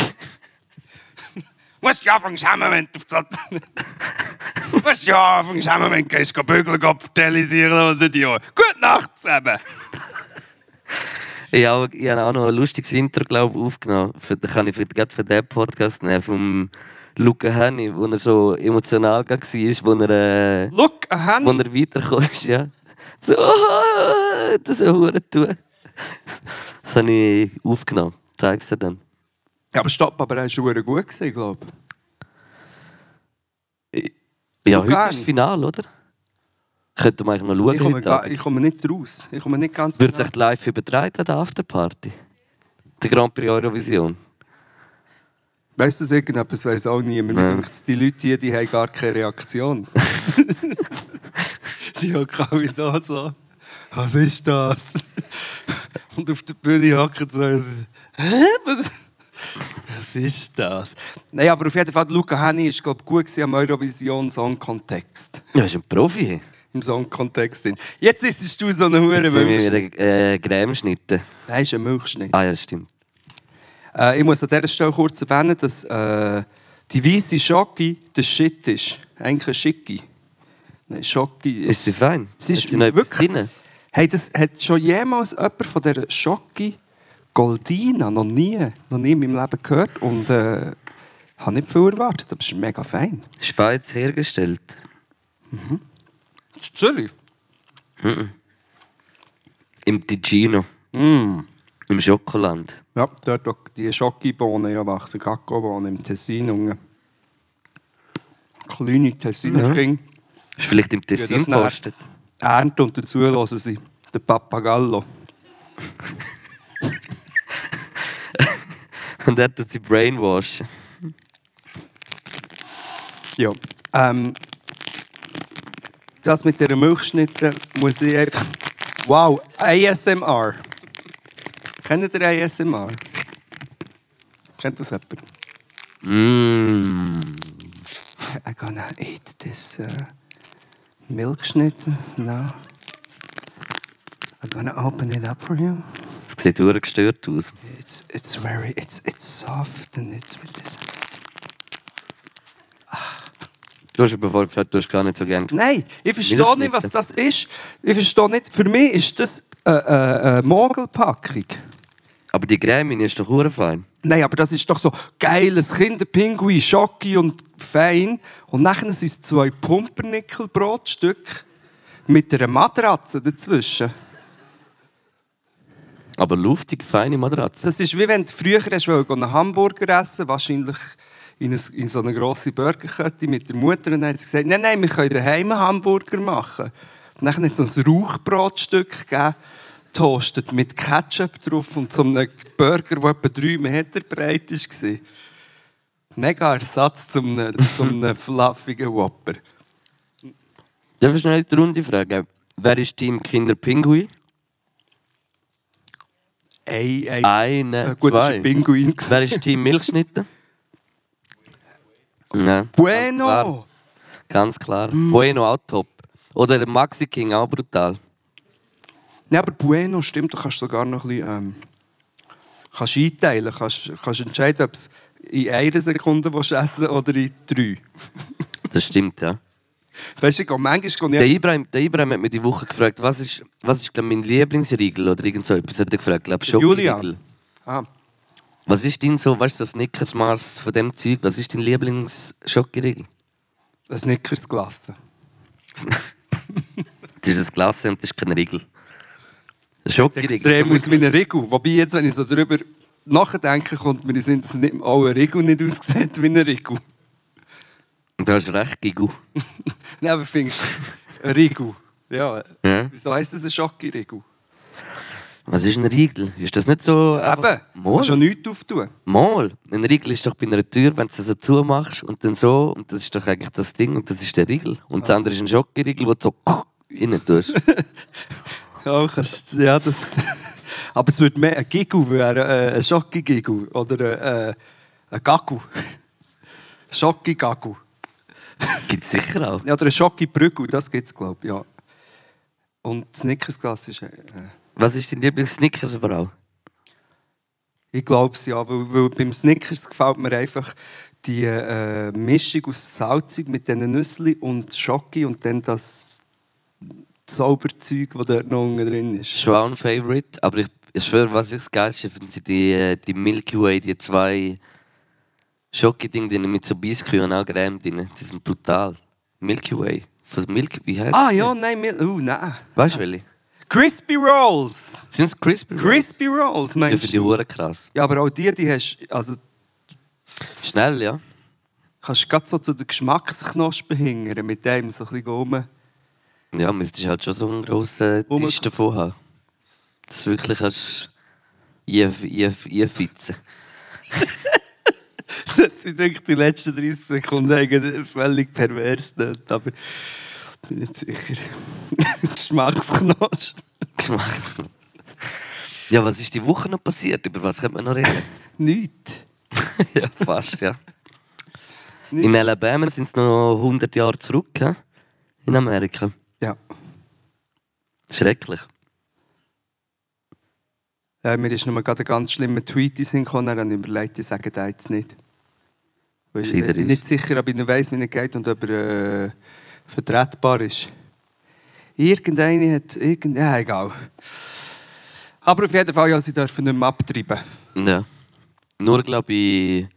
Musst ja anfangen schämen, wenn du auf die... Musst ja anfangen schämen, wenn du gehst, Bügel fertilisieren oder die Gute Nacht zusammen. Ich habe, ich habe auch noch ein lustiges Intro, glaube ich, aufgenommen. Für, das kann ich für, gerade für diesen Podcast nehmen, vom Luca Henny, wo er so emotional war, wo er, äh, Look, a hand. wo er weitergekommen ist. Ja. So, oh, das so hure tun. Das habe ich aufgenommen. Ich zeige es dir dann. Ja, aber stopp, aber er war schon gut gewesen, glaube ich. Ja, Luca heute ist das Finale, oder? Könnten wir eigentlich noch schauen Ich komme, heute gar, Abend. ich komme nicht raus. Ich komme nicht ganz Wird genau. sich live übertragen an der Afterparty? Der Grand Prix Eurovision. Weißt du das irgendetwas? Weiss auch niemand. Mir Nein. denkt, die Leute hier, die haben gar keine Reaktion. Sie hocken alle da so. Was ist das? Und auf der Bühne hocken so. Hä? Was ist das? Nein, aber auf jeden Fall, Luca Henny war glaub, gut gewesen am Eurovision Song-Kontext. Ja, ist ein Profi. Im Song-Kontext. drin. Jetzt ist du so eine hure Jetzt sind wir Milchschnitt. wieder äh, Creme schneiden. Nein, ist ein Milchschnitt. Ah ja, das stimmt. Äh, ich muss an dieser Stelle kurz erwähnen, dass äh, die weiße Schoki der Shit ist. Eigentlich ein Schicki. Nein, Schoki Ist sie fein? Es ist Hat sie noch etwas wirklich- drin? Hey, das hat schon jemals jemand von dieser Schoki Goldina noch nie, noch nie in meinem Leben gehört und äh, habe nicht viel erwartet, aber es ist mega fein. Schweiz hergestellt. Das ist Zürich. Im Ticino. Mm. Im Schokoland. Ja, dort wo die Schokibohnen ja wachsen, Kakaobohnen im Tessin. unten. Kleine Tessiner Ja. Kinder. Ist vielleicht im Ja, das Tessin näher. gepostet. Ernten und dazu hören sie den Papagallo. Und er tut sie brainwashen. Ja. Ähm, das mit dieser Milchschnitte muss ich einfach... Wow, A S M R. Kennt ihr A S M R? Kennt das jemand? Mmh. I'm gonna eat this uh, Milchschnitte now. I'm gonna open it up for you. Das sieht verdammt gestört aus. It's it's very it's it's soft and it's with this. Du hast aber vorher gesagt, du hast gar nicht so gerne. Nein, ich verstehe nicht, was das ist. Ich verstehe nicht. Für mich ist das eine, eine, eine Mogelpackung. Aber die Creme ist doch verdammt fein. Nein, aber das ist doch so geiles Kinderpinguin, Schoki und fein. Und nachher sind es zwei Pumpernickel-Brotstücke mit einer Matratze dazwischen. Aber luftig, feine Matratze. Das ist wie wenn du früher hast, einen Hamburger essen, wahrscheinlich in, eine, in so eine grosse Burgerkette mit der Mutter und dann hat sie gesagt, nein, nein, wir können daheim einen Hamburger machen. Und dann hat es so ein Rauchbrotstück gegeben, toastet mit Ketchup drauf und so einem Burger, der etwa drei Meter breit war. Mega Ersatz zu einem, zu einem fluffigen Whopper. Darf ich schnell die Runde fragen? Wer ist Team Kinderpinguin? Ein, ein, Eine, äh, gut, das war zwei. ein Pinguin. Wer ist Team Milchschnitte? Nein. Bueno! Ganz klar. Ganz klar. Mm. Bueno auch top. Oder Maxi King auch brutal. Ja, aber Bueno stimmt, du kannst sogar noch ein bisschen ähm, kannst einteilen. Du kannst, kannst entscheiden, ob es in einer Sekunde willst essen oder in drei. Das stimmt, ja. Weißt du, ich gehe manchmal... Der Ibrahim, der Ibrahim hat mich die Woche gefragt, was ist, was ist glaub, mein Lieblingsriegel oder irgend so etwas. Hat er gefragt, glaube ich, Schokoriegel. Ah. Was ist dein so, weißt du, so Snickers, Mars von dem Zeug, was ist dein Lieblings-Schokoriegel? Ein Snickers-Glasse. Das ist ein Glasse und das ist kein Riegel. Ein Schokoriegel. Extrem aus wie ein Riegel. Wobei jetzt, wenn ich so darüber nachdenke, kommt mir in den Sinn, dass nicht auch ein Riegel nicht aussieht wie ein Riegel. Du hast recht, Gigu. Nein, aber findest du, ein Riegel. Ja. Ja. Wieso heisst das ein Schokoriegel? Was ist ein Riegel? Ist das nicht so... Eben, du kannst schon nichts auftun. Mal. Ein Riegel ist doch bei einer Tür, wenn du sie so zumachst und dann so, und das ist doch eigentlich das Ding, und das ist der Riegel. Und das andere ist ein Schokoriegel, wo du so rein tust. Ja, kannst, ja, das... Aber es würde mehr ein Giggle wäre, äh, ein Schoki-Giggle oder äh, ein Gaggle. Schoki-Gaggle. Gibt es sicher auch. Ja, oder ein Schoki-Brügel, das gibt es, glaube ich, ja. Und Snickers-Glas ist... Äh, Was ist dein Lieblings-Snickers überall? ich glaube es, ja, weil, weil beim Snickers gefällt mir einfach die äh, Mischung aus Salzig mit diesen Nüsschen und Schoki und dann das Zauberzeug, das dort noch unten drin ist. Schon auch ein Favorite, aber ich, ich schwöre, was ich das Geilste finde, sind die, die Milky Way, die zwei Schoki-Dinge mit so Biskuit und auch Creme drin. Die sind brutal. Milky Way. Von Milky, wie heißt Ah die? ja, nein, Mil- oh, nein. Weißt du welche? Crispy Rolls! Sind es Crispy Rolls? Crispy Rolls, Ja, meinst für du? die Hure krass. Ja, aber auch die, die hast also Schnell, ja. kannst du gerade so zu den Geschmacksknospen hingern, mit dem so ein bisschen rum. Ja, müsstest halt schon so einen grossen Um- Tisch davon haben. Das wirklich kannst einfitzen. Ich denke, die letzten dreißig Sekunden eigentlich völlig pervers dort, aber ich bin nicht sicher. Geschmacksknospen. Geschmack. Ja, was ist die Woche noch passiert? Über was könnte man noch reden? Nichts. Ja, fast, ja. Nichts. In Alabama sind es noch hundert Jahre zurück, he? In Amerika. Ja. Schrecklich. Ja, mir ist noch mal gerade ein ganz schlimmer Tweet in den Sinn gekommen, dann habe ich überlegt, ich sage das jetzt nicht. Weil ich Scheider bin ist. nicht sicher, ob ich nicht weiss, wie er geht und ob er äh, vertretbar ist. Irgendeine hat... Irgend... Ja, egal. Aber auf jeden Fall, ja, sie dürfen nicht mehr abtreiben. Ja. Nur, glaube ich...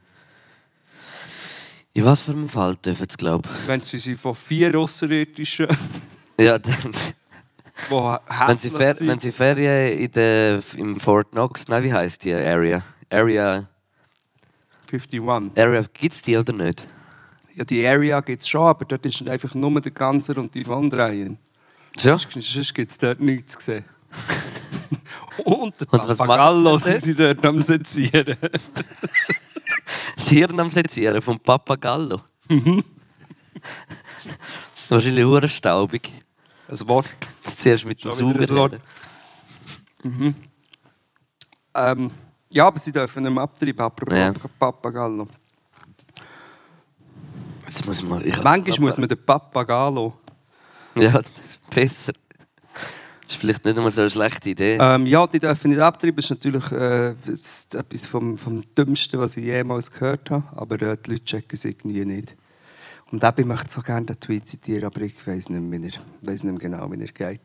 In was für einem Fall dürfen sie, glaube Wenn sie sie von vier Außerirdischen, ich. Ja, dann... die Wenn sie, hässlich Fer sind... wenn sie Ferien in der, im Fort Knox, nein, wie heisst die Area? Area, einundfünfzig. Area gibt es die oder nicht? Ja, die Area gibt es schon, aber dort ist einfach nur der Ganzer und die Von Dreien. Ja. Sonst gibt es dort nichts zu sehen. Und der Und was Papagallo macht sind sie dort am Sezieren. Das Hirn am Sezieren vom Papagallo. Wahrscheinlich hure staubig. Ein Wort. Zuerst mit dem Schon wieder Sauger ein Wort. reden. Ähm, ja, aber sie dürfen nicht mehr abtreiben, apropos Ja. Papagallo. Jetzt muss ich mal... Ich Manchmal muss man den Papagallo... Ja, das ist besser. Das ist vielleicht nicht immer so eine schlechte Idee. Ähm, ja, die dürfen nicht abtreiben. Das ist natürlich äh, das ist etwas vom, vom Dümmsten, was ich jemals gehört habe. Aber äh, die Leute checken es irgendwie nicht. Und eben, ich möchte so gerne den Tweet zitieren, aber ich weiß nicht mehr, wie er, weiss nicht mehr genau, wie er geht.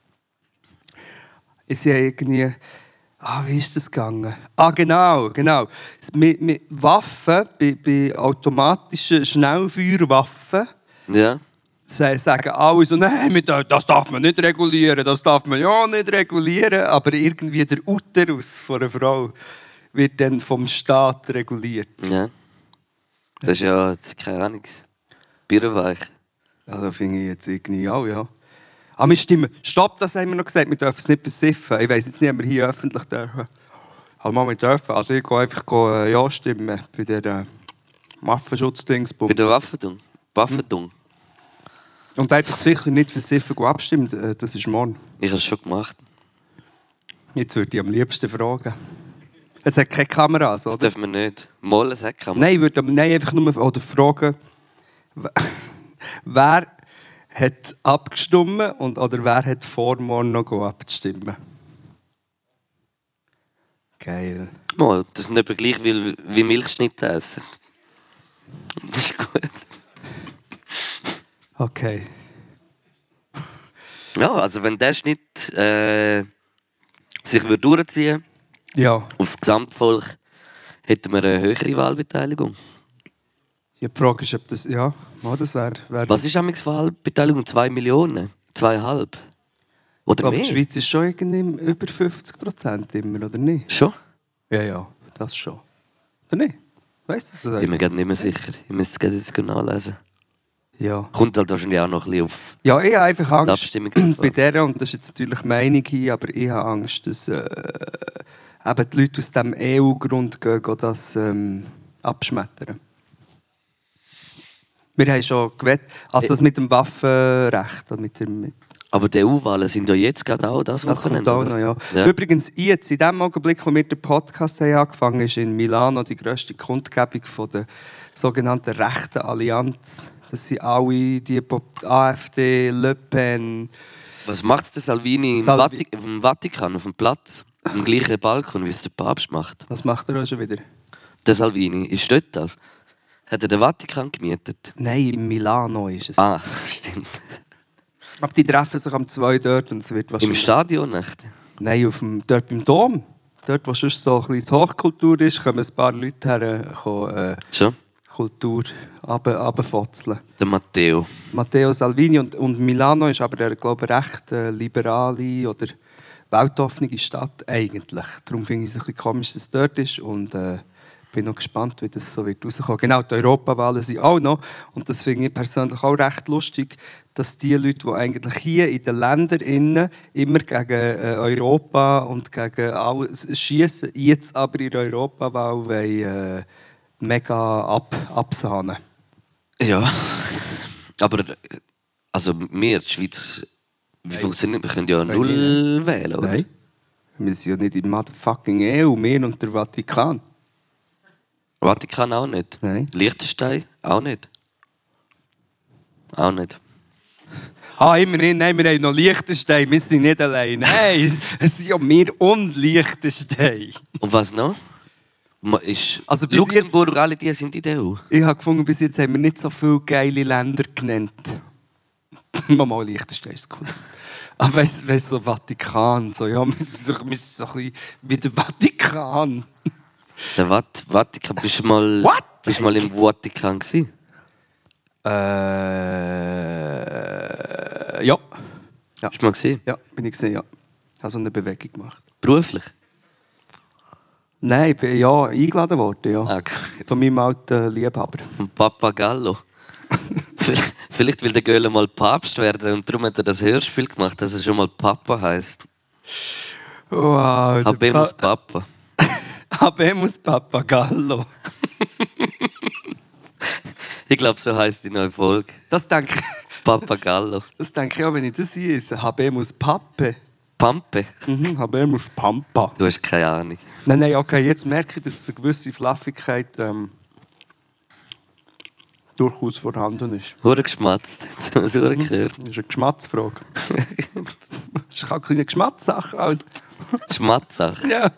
Ich sehe irgendwie... Ah, wie ist das gegangen? Ah, genau, genau. Mit, mit Waffen, bei, bei automatischen Schnellfeuerwaffen, Ja. sagen alle so, nein, mit- das darf man nicht regulieren, das darf man ja nicht regulieren. Aber irgendwie der Uterus von einer Frau wird dann vom Staat reguliert. Ja. Das ist ja, keine Ahnung, Birrenweich. Ja, da finde ich jetzt irgendwie auch, ja. Ah, wir stimmen. Stopp, das haben wir noch gesagt, wir dürfen es nicht versiffen. Ich weiss jetzt nicht, ob wir hier öffentlich dürfen. Aber mal, wir dürfen. Also ich gehe einfach äh, Ja stimmen bei der äh, Waffenschutz-Dingsbums. Bei der Waffentung. Waffentung. Und einfach sicher nicht versiffen gehen abstimmen, äh, das ist morgen. Ich habe es schon gemacht. Jetzt würde ich am liebsten fragen. Es hat keine Kameras, Das oder? dürfen wir nicht. Mal, es hat keine. Nein, ich würde aber- nein, einfach nur oder fragen, w- wer hat abgestimmt und oder wer hat vor morgen noch gehen abzustimmen? Geil. Mal, das ist nicht etwa gleich wie, wie Milchschnitte essen. Das ist gut. Okay. Ja, also wenn der Schnitt äh, sich würde durchziehen Ja. aufs Gesamtvolk, hätten wir eine höhere Wahlbeteiligung. Ja, die Frage ist, ob das. Ja, mal, das wäre. Wär, Was ist amigs Wahlbeteiligung? Zwei Millionen? Zweieinhalb? Oder aber mehr? die Schweiz ist schon irgendwie über fünfzig Prozent immer, oder nicht? Schon? Ja, ja, das schon. Oder nicht? Weißt du das? Ich bin mir gerade nicht mehr sicher. Ich müsste es gerade jetzt nachlesen. Ja. Kommt halt wahrscheinlich auch noch ein bisschen auf Ja, ich habe einfach die Angst Abstimmung drauf bei an. der, und das ist jetzt natürlich Meinung hier, aber ich habe Angst, dass äh, eben die Leute aus dem E U-Grund gehen, gehen das ähm, abschmettern. Wir haben schon gewettet, also das mit dem Waffenrecht, mit dem, mit Aber die E U-Wahlen sind ja jetzt gerade auch das das kommt Wochenende. auch oder? noch, ja. Ja. Übrigens, jetzt, in dem Augenblick, wo wir den Podcast haben angefangen haben, ist in Milano die grösste Kundgebung von der sogenannten Rechten Allianz. Das sind alle die AfD, Le Pen. Was macht der Salvini im Salvi- Vati- im Vatikan auf dem Platz? Am gleichen Balkon, wie es der Papst macht. Was macht er auch schon wieder? Der Salvini, ist dort das? Hat er den Vatikan gemietet? Nein, in Milano ist es. Ah, stimmt. Aber die treffen sich am zwei dort und es wird Im wahrscheinlich... Stadion nicht? Nein, auf dem, dort beim Dom. Dort, wo sonst so ein bisschen die Hochkultur ist, kommen ein paar Leute her, äh, kommen, äh, Schon? Kultur runter- runterfotzeln. Der Matteo. Matteo Salvini und, und Milano ist aber, der, glaube ich, recht äh, liberale oder weltoffene Stadt eigentlich. Darum finde ich es ein bisschen komisch, dass es dort ist und äh, bin noch gespannt, wie das so wird rauskommen. Genau, die Europawahlen sind auch noch und das finde ich persönlich auch recht lustig, dass die Leute, die eigentlich hier in den Ländern innen immer gegen äh, Europa und gegen alles schießen, jetzt aber in der Europawahl wollen, äh, mega ab, absahnen. Ja. Aber, also wir, die Schweiz, wie funktioniert? Wir können ja Nein, null wählen, oder? Nein. Wir sind ja nicht im motherfucking E U, wir und der Vatikan. Vatikan auch nicht. Nein. Liechtenstein auch nicht. Auch nicht. Ah, immerhin, nein, wir haben noch Liechtenstein, wir sind nicht allein. Nein, es sind ja wir und Liechtenstein. Und was noch? Ma- Ist Also bis Luxemburg, alle die sind in der E U. Ich habe gefunden, bis jetzt haben wir nicht so viele geile Länder genannt. Mal Liechtenstein ist cool. Aber weißt du, so Vatikan, so, ja, wir sind so, wir sind so ein bisschen wie der Vatikan. Der Vat Vatikan, bist du mal, What? bist du mal im Vatikan gewesen? Äh, ja. Ja. Hast du mal gesehen? Ja, bin ich gesehen, ja. Ich habe so eine Bewegung gemacht. Beruflich? Nein, ich bin ja eingeladen worden, ja. Ah, Von meinem alten Liebhaber. vom Papagallo. Vielleicht- Vielleicht will der Göhle mal Papst werden und darum hat er das Hörspiel gemacht, dass er schon mal Papa heisst. Wow, der Habemus Pa- Papa. Habemus Papagallo. Ich glaube, so heisst die neue Folge. Das denke ich, Papagallo. das denke ich auch, wenn ich das lese. Habemus Pappe. Pampe. Mhm, Habemus Pampa. Du hast keine Ahnung. Nein, nein, okay, jetzt merke ich, dass eine gewisse Fluffigkeit ähm, durchaus vorhanden ist. Hure geschmatzt. Jetzt haben wir es hure gehört. Das ist eine Geschmatzfrage. Das ist keine kleine Geschmatzsache. Also. Schmatzsache. Ja.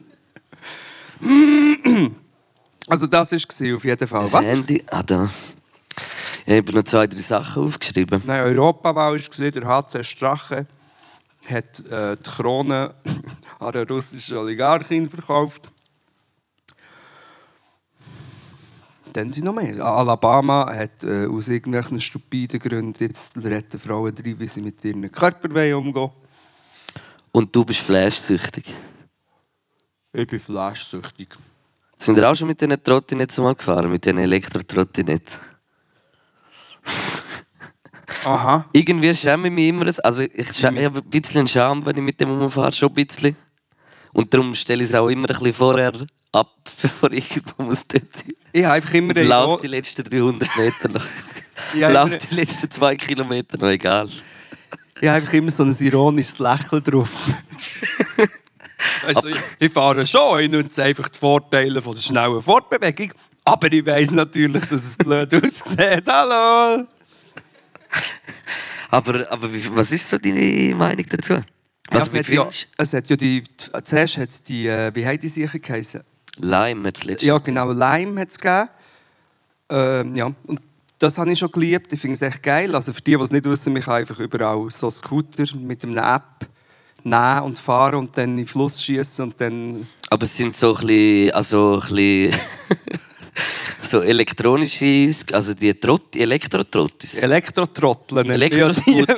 Also das war es auf jeden Fall. Das Was? Handy. Ah, da. Ich habe noch zwei, drei Sachen aufgeschrieben. Nein, Europawahl war, der H C Strache hat äh, die Krone an eine russische Oligarchin verkauft. Dann sind noch mehr. Alabama hat äh, aus irgendwelchen stupiden Gründen jetzt retten Frauen drin, wie sie mit ihren Körpern umgehen wollen. Und du bist flashsüchtig. Ich bin flashsüchtig. Sind ihr auch schon mit diesen Trottinetten mal gefahren? Mit diesen Elektro-Trottinetten? Aha. Irgendwie schäme ich mich immer. Also ich, schä- ich habe ein bisschen Scham, wenn ich mit dem rumfahre, schon ein bisschen. Und darum stelle ich es auch immer ein bisschen vorher ab, bevor ich irgendwo muss dort sein. Ich habe einfach immer... Lauf die letzten dreihundert Meter noch. Ja, Lauf immer- die letzten zwei Kilometer noch, egal. Ich habe einfach immer so ein ironisches Lächeln drauf. Also, ich, ich fahre schon, ich nutze einfach die Vorteile von der schnellen Fortbewegung. Aber ich weiss natürlich, dass es blöd aussieht. Hallo! Aber, aber wie, was ist so deine Meinung dazu? Was Ja, es, hat ja, es hat ja die... Zuerst hat es die... Äh, wie haben die sicher geheißen? Lime hat es letztes Ja, genau. Lime hat es gegeben. Ähm, ja. Und das habe ich schon geliebt. Ich finde es echt geil. Also für die, die es nicht wissen, ich kann einfach überall so Scooter mit einer App nehmen und fahren und dann in den Fluss schießen und dann... Aber es sind so ein bisschen, also ein bisschen so elektronische, also die Trott, Elektro-Trottis. Elektrotrotteln. Elektroscooter.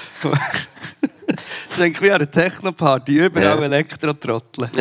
Ich denke, wie an einer Techno-Party, überall Ja. Elektrotrotteln.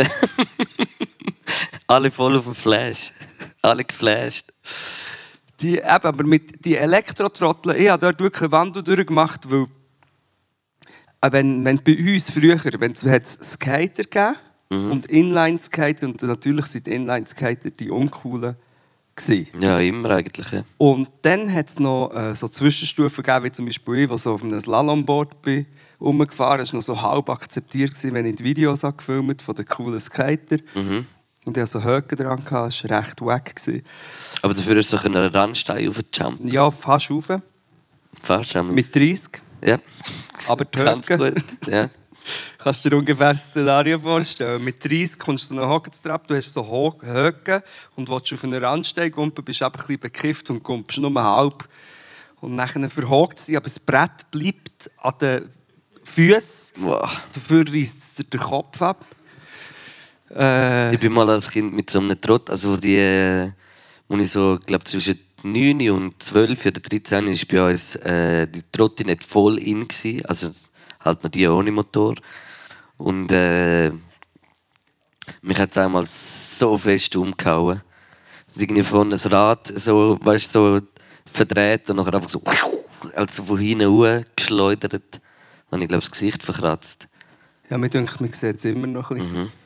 Alle voll auf dem Flash. Alle geflasht. Die, eben, aber mit die Elektrotrotteln, ich habe dort wirklich einen Wandel durchgemacht, weil äh, wenn, wenn bei uns früher, wenn es hat's Skater gegeben Mhm. und Inline-Skater und natürlich sind die Inline-Skater die uncoolen gewesen. Ja, immer eigentlich. Ja. Und dann hat es noch äh, so Zwischenstufen gegeben, wie zum Beispiel ich, der so auf einem Slalomboard bin, rumgefahren. Das war noch so halb akzeptiert, gewesen, wenn ich die Videos habe gefilmt von den coolen Skater. Mhm. Und ich hatte so Höcke dran, das war recht wack gewesen. Aber dafür ist so ein Randstein aufgejumpt. Ja, fast rauf, Fast schon. mit dreißig. Ja, Aber die ganz Höcke, gut. Ja. kannst du dir ungefähr das Szenario vorstellen. Mit dreißig kommst du noch Hockenstrap, du hast so Ho- Höcke und willst auf einen Randstein gumpen, bist aber ein bisschen bekifft und gumpst nur halb. Und dann verhockt sie, aber das Brett bleibt an den Füßen. Wow. Dafür reißt es dir den Kopf ab. Äh, Ich bin mal als Kind mit so einem Trott, also die, äh, wo ich so, glaube zwischen neun und zwölf oder dreizehn war bei uns äh, die Trottinette voll in gewesen, also halt noch die ohne Motor. Und äh, mich hat es einmal so fest umgehauen. Irgendwie von einem Rad so, weißt, so verdreht und nachher einfach so also von hinten hoch geschleudert. Dann habe ich, glaube das Gesicht verkratzt. ja, mir denkt, man sieht es immer noch ein bisschen. Mhm.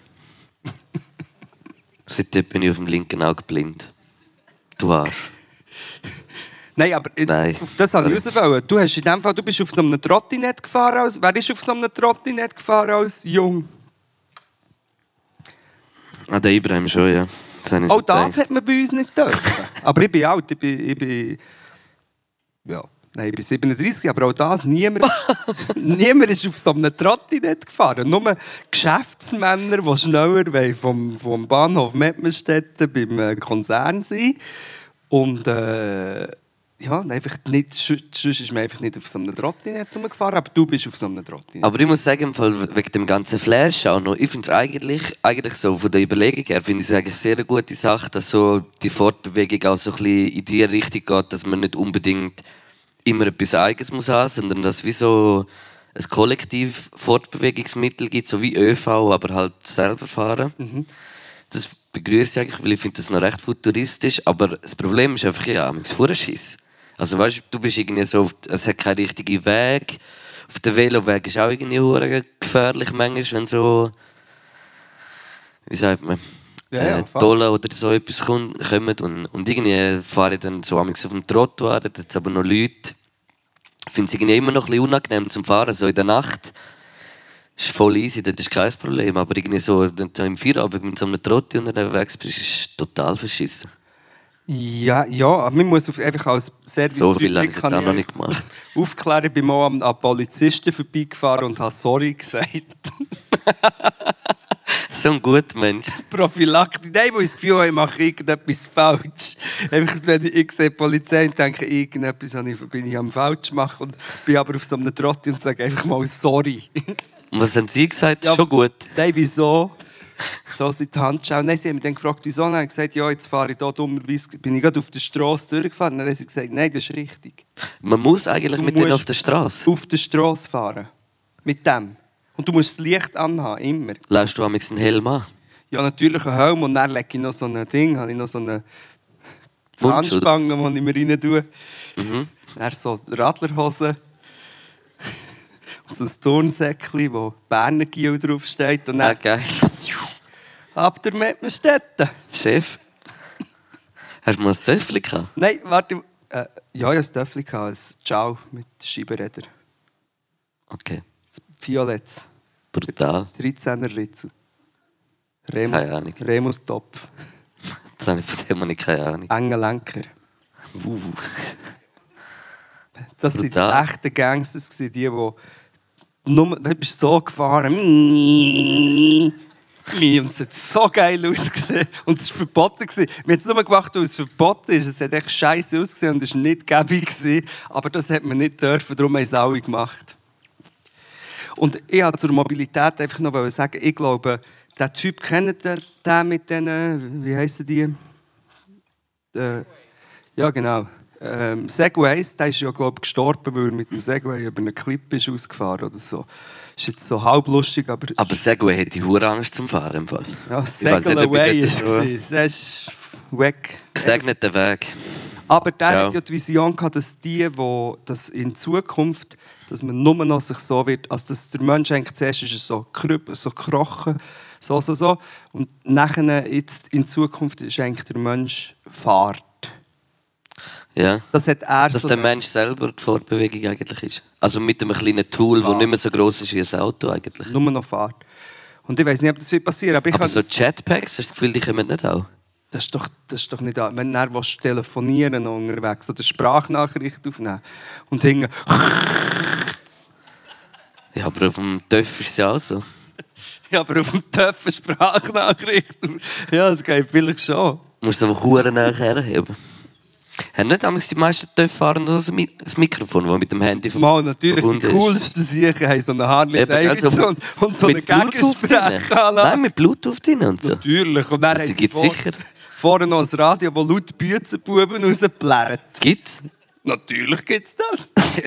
Seitdem bin ich auf dem linken Auge blind. Du Arsch. Nein, aber ich- Nein. auf das wollte ich raus wollen. Du, hast in dem Fall, du bist auf so einem Trottinett gefahren. Als, wer ist auf so einem Trottinett gefahren als jung? Ah, der Ibrahim schon, ja. Das habe ich Auch schon das gedacht. hat man bei uns nicht dürfen. Aber ich bin alt. Ich bin, ich bin, ja, nein, ich bin siebenunddreißig, aber auch das, niemand, niemand ist auf so einem Trottinett gefahren. Nur Geschäftsmänner, die schneller wollen vom, vom Bahnhof Mettmerstetten beim äh, Konzern sein. Und äh, ja, einfach nicht, sonst ist man einfach nicht auf so einem Trottinett rumgefahren, aber du bist auf so einem Trottinett. Aber ich muss sagen, im Fall wegen dem ganzen Flash auch noch, ich finde es eigentlich, eigentlich so, von der Überlegung her, finde ich es eigentlich sehr eine gute Sache, dass so die Fortbewegung auch so ein bisschen in die Richtung geht, dass man nicht unbedingt immer etwas Eigenes muss haben, sondern dass es wie so ein kollektiv Fortbewegungsmittel gibt, so wie ÖV, aber halt selber fahren. Mhm. Das begrüße ich eigentlich, weil ich finde das noch recht futuristisch, aber das Problem ist einfach, ja, mit dem Schiss. Also weißt, du bist irgendwie so, auf, es hat keinen richtigen Weg. Auf dem Veloweg ist auch irgendwie hure gefährlich manchmal, wenn so, wie sagt man, Ja, ja, äh, voll. Dollar oder so etwas kommt, kommen und, und irgendwie fahre ich dann so amigs auf dem Trottoir, da hat aber noch Leute. Ich finde es irgendwie immer noch ein bisschen unangenehm zum Fahren, so in der Nacht. Ist voll easy, das ist kein Problem, aber irgendwie so, wenn du im Feierabend mit so einem Trotti unterwegs bist, ist es total verschissen. Ja, ja, aber man muss auf, einfach als Service So viel habe ich jetzt auch noch nicht gemacht. aufklären. Ich bin mal an an Polizisten vorbeigefahren und habe «Sorry» gesagt. So ein guter Mensch. Prophylaktik. Nein, wo ich das Gefühl habe, ich mache irgendetwas falsch. Einfach, wenn ich, ich sehe die Polizei und denke, irgendetwas habe ich, bin ich am falsch machen und bin aber auf so einem Trotti und sage einfach mal «Sorry». Und was haben Sie gesagt? Ja. Schon gut. Nein, wieso? Da sind die Handschellen. Nein, sie haben mich dann gefragt, wieso? Dann habe ich gesagt, ja, jetzt fahre ich da dummerweise, bin ich gerade auf der Straße durchgefahren. Dann haben sie gesagt, nein, das ist richtig. Man muss eigentlich Du mit denen musst auf der Straße. Auf der Straße fahren. Mit dem. Und du musst das Licht anhaben, immer. Lässt du amigs einen Helm an? Ja, natürlich ein Helm und dann lege ich noch so ein Ding, habe ich noch so eine Zahnspange, die ich mir rein tue. Mhm. Dann so Radlerhosen. Und so ein Turnsäckchen, wo Berner Giel draufsteht. Und dann Ah, geil. ab der Mettmerstetten. Chef, hast du mal ein Töffel gehabt? Nein, warte. Äh, ja, ich hatte ein Töffel, ein Ciao mit Scheibenrädern. Okay, Violett. brutal. dreizehner Ritzel. Remus, Keine Ahnung. Remus Topf. Das habe ich von dem habe ich keine Ahnung. Enger Lenker. Uh. Das waren Brutal. die echten Gangsters, die, die nur, du bist so gefahren. Und es hat so geil ausgesehen. Und es war verboten. Wir haben es nur gemacht, weil es verboten ist. Es hat echt scheiße ausgesehen und es war nicht gäbig. Aber das hat man nicht dürfen, darum haben es alle gemacht. Und ich wollte zur Mobilität einfach noch sagen, ich glaube, der Typ kennt der, der mit diesen, wie heissen die? Äh, ja, genau. Ähm, Segways, der ist ja, glaube ich, gestorben, weil er mit dem Segway über einen Clip ist ausgefahren oder so. Ist jetzt so halblustig, aber... Aber Segway hätte ich hure Angst zum Fahren im Fall. Ja, Ich weiss nicht, Segel ob ich Away dort ist so- es. Das ist weg. Gesegneter Weg. Aber der Ja. hat ja die Vision gehabt, dass die, wo das in Zukunft, dass man nur noch sich so wird, also dass der Mensch eigentlich zuerst ist es so krüpp, so krochen, so, so, so. Und nachher, jetzt in Zukunft, ist eigentlich der Mensch Fahrt. Ja. Das hat er Dass so... der Mensch selber die Fortbewegung eigentlich ist. Also mit einem kleinen Tool, das nicht mehr so gross ist wie ein Auto eigentlich. Nur noch Fahrt. Und ich weiß nicht, ob das wird passieren, aber ich Aber kann so das, Jetpacks, hast du das Gefühl, die kommen nicht auch? das ist doch, das ist doch nicht... Wenn du dann telefonieren unterwegs oder Sprachnachricht aufnehmen und hingen... Ja, aber auf dem Töff ist es ja auch so. Ja, aber auf dem Töpfen Sprachnachricht... Ja, das geht vielleicht schon. Du musst es einfach hure nachher herheben. Haben nicht damals die meisten Töfffahrer so ein Mi- das Mikrofon, das mit dem Handy Mal, natürlich, die verbunden ist? coolsten Sicher haben so eine Harley Eben, Davidson also und, und so eine mit Bluetooth drin. Gegensprechkanlage. Nein, mit Bluetooth drin und so. Natürlich. Und dann Das haben sie gibt's vor, sicher. vorne noch ein Radio, das laut Büzenbuben rausplärt. Gibt's? Natürlich gibt es das.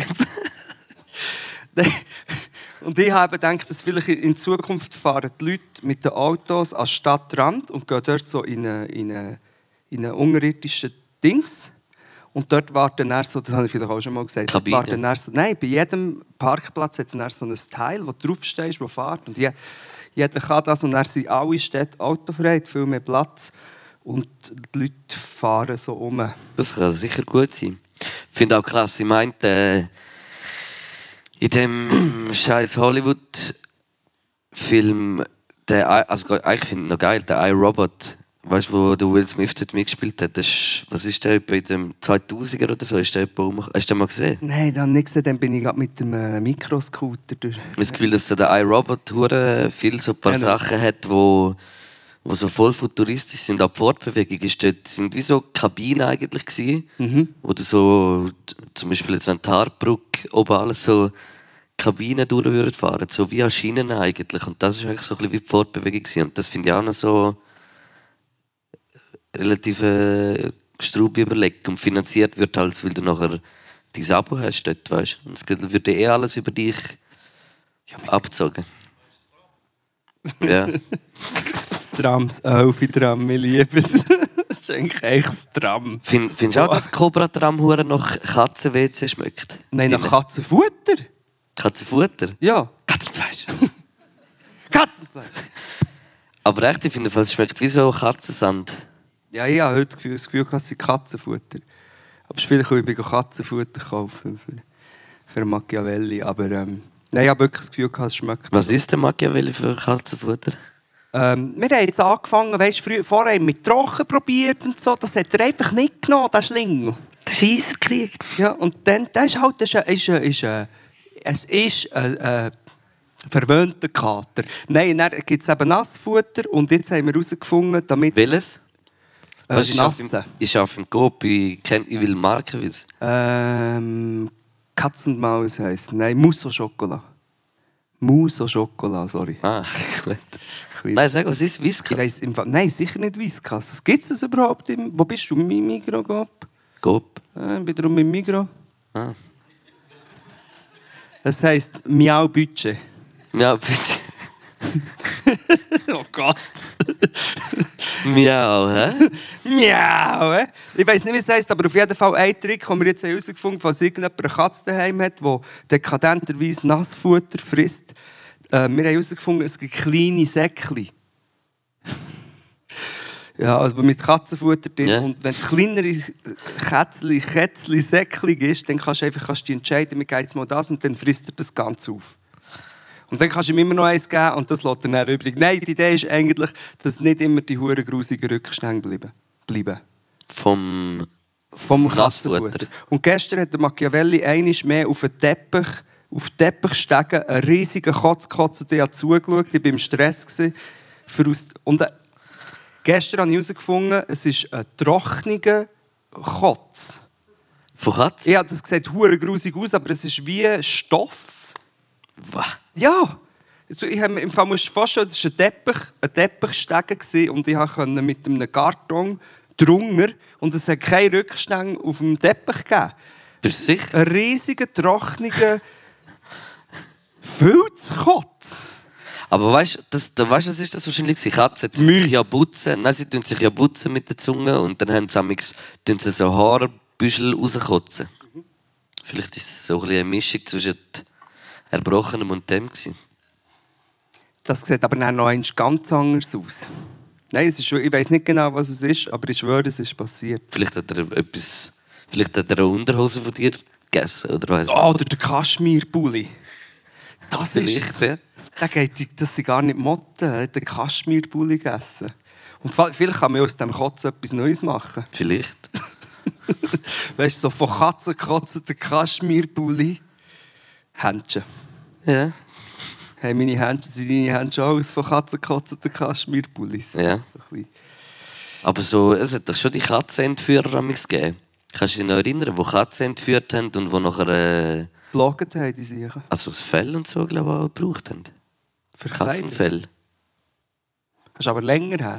Und ich habe gedacht, dass vielleicht in Zukunft fahren die Leute mit den Autos an den Stadtrand und gehen dort so in einen in eine, in eine unterirdischen Dings. Und dort warten dann so, das habe ich vielleicht auch schon mal gesagt, dort Kabine. warten dann so, nein, bei jedem Parkplatz hat es dann so ein Teil, wo du draufstehst, wo fährt. Und je, jeder kann das und dann sind alle Städte autofrei, hat viel mehr Platz. Und die Leute fahren so um. Das kann sicher gut sein. Ich finde auch krass, ich meinte, äh, in dem scheiß Hollywood-Film, der, I- also eigentlich finde ich noch geil, der iRobot, weißt du, wo der Will Smith dort mitgespielt hat, das ist, was ist der, etwa in den zweitausender oder so, ist der etwa um, hast du den mal gesehen? Nein, dann nicht gesehen, dann bin ich gerade mit dem äh, Mikroscooter durch. Ich habe das Gefühl, dass so der iRobot hure viel so ein paar Ja, ne. Sachen hat, wo, wo so voll futuristisch sind. Auch die Fortbewegung ist dort, sind wie so Kabinen eigentlich gewesen, Mhm. wo du so, t- zum Beispiel jetzt an die Haarbrücke oben alles so Kabinen durch würden fahren, so wie an Schienen eigentlich. Und das ist eigentlich so ein bisschen wie die Fortbewegung gewesen. Und das finde ich auch noch so relativ äh, straub überlegt und finanziert wird halt, weil du nachher dein Abo hast dort, weißt du. Und es geht- wird eh alles über dich abgezogen. Ja. Das Tram, das Elfi-Tram, wir lieben es. Das ist eigentlich echt das Tram. Find, findest du auch, dass Cobra-Tram hure nach Katzen-W C schmeckt? Nein, nach Katzenfutter? Katzenfutter? Ja. Katzenfleisch. Katzenfleisch. Aber echt, ich finde, es schmeckt wie so Katzensand. Ja, ich habe heute das Gefühl, das Gefühl es sei Katzenfutter. Aber vielleicht will ich Katzenfutter kaufen für, für Machiavelli. Aber ähm, nein, ich habe wirklich das Gefühl, es schmeckt. Was ist denn Machiavelli für Katzenfutter? Ähm, wir haben jetzt angefangen, weißt, früher, vorher haben wir mit Trocken probiert und so. Das hat er einfach nicht genommen, der Schlingel. Der Scheisser gekriegt. Ja, und dann, das ist halt, das ist, ein- ist, ein- ist, ein- es ist ein, ein verwöhnter Kater. Nein, dann gibt es eben Nassfutter und jetzt haben wir herausgefunden, damit... Welches? Äh, Was, ich arbeite Nasse. im, ich arbeite im Coop, ich, kenn, ich will Marken wissen. Ähm, Katzenmaus heisst. Nein, Mousse au Chocolat. Mousse au Chocolat, sorry. Ah, gut. Ich Nein, sag, was ist Ich Whiskas? weiss, im Fall, nein, sicher nicht Whiskas. Gibt es überhaupt? Im, wo bist du? Im Migros? Coop? Coop. Äh, wiederum im Migros. Ah. Das heisst Miau Budget. Ja, bitte. Oh Gott. Miau, hä? Miau, hä? Ich weiss nicht, wie es heisst, aber auf jeden Fall ein Trick, den wir jetzt herausgefunden haben, falls irgendjemand eine Katze daheim hat, die dekadenterweise Nassfutter frisst. Äh, wir haben herausgefunden, es gibt kleine Säckchen. Ja, also mit Katzenfutter drin. Yeah. Und wenn du kleinere Kätzchen, Kätzchen, Säckchen ist, dann kannst du einfach kannst du entscheiden, mir geht jetzt mal das und dann frisst er das Ganze auf. Und dann kannst du ihm immer noch eins geben und das lässt er dann übrig. Nein, die Idee ist eigentlich, dass nicht immer die huren grusigen Rückstände bleiben. bleiben. Vom... Vom Katzenfutter. Und gestern hat der Machiavelli einmal mehr auf den Teppich, auf den Teppichstegen einen riesigen Kotz gekotzt. Ich habe zugeschaut, ich war im Stress. Für aus und äh, gestern habe ich herausgefunden, es ist ein trockener Kotz. Von Katze? Ich habe das gesagt, hure grusig aus, aber es ist wie Stoff. Was? Ja! Ich habe, im Fall musst du dir vorstellen, es war ein Teppich, ein Teppichstegen und ich konnte mit einem Karton drunter und es hat keine Rückstände auf dem Teppich gegeben. Bist du sicher? Ein riesiger, trockener Filzkotz. Aber weißt du, weißt, was ist das wahrscheinlich? Die Katzen tun Müs. sich ja putzen. Nein, sie tun sich ja putzen mit der Zunge und dann haben sie, amigs, tun sie so Haarbüschel rauskotzen. Mhm. Vielleicht ist es so ein bisschen eine Mischung zwischen Erbrochenem und dem gewesen. Das sieht aber dann noch einmal ganz anders aus. Nein, es ist, ich weiß nicht genau, was es ist, aber ich schwöre, es ist passiert. Vielleicht hat er etwas, vielleicht hat er eine Unterhose von dir gegessen, oder weiss Oh, oder der Kaschmirpulli. Das Vielleicht, ist ja. Der geht, das sind gar nicht Motten. Er hat den Kaschmirpulli gegessen. Und vielleicht kann man aus dem Kotzen etwas Neues machen. Vielleicht. Weißt du, so von Katzen gekotzt, der Kaschmirpulli. Händchen. Ja. Hey, meine Händchen, sind deine Händchen auch aus von Katzen gekotzt, der Kaschmirpullis? Ja. So Aber so, es hat doch schon die Katzenentführer amigs gegeben. Kannst du dich noch erinnern, wo Katzen entführt haben und wo nachher... Äh, Bloggen haben die sicher. also das Fell und so, glaube ich, auch gebraucht haben. Für Katzenfell. Das ist aber länger her.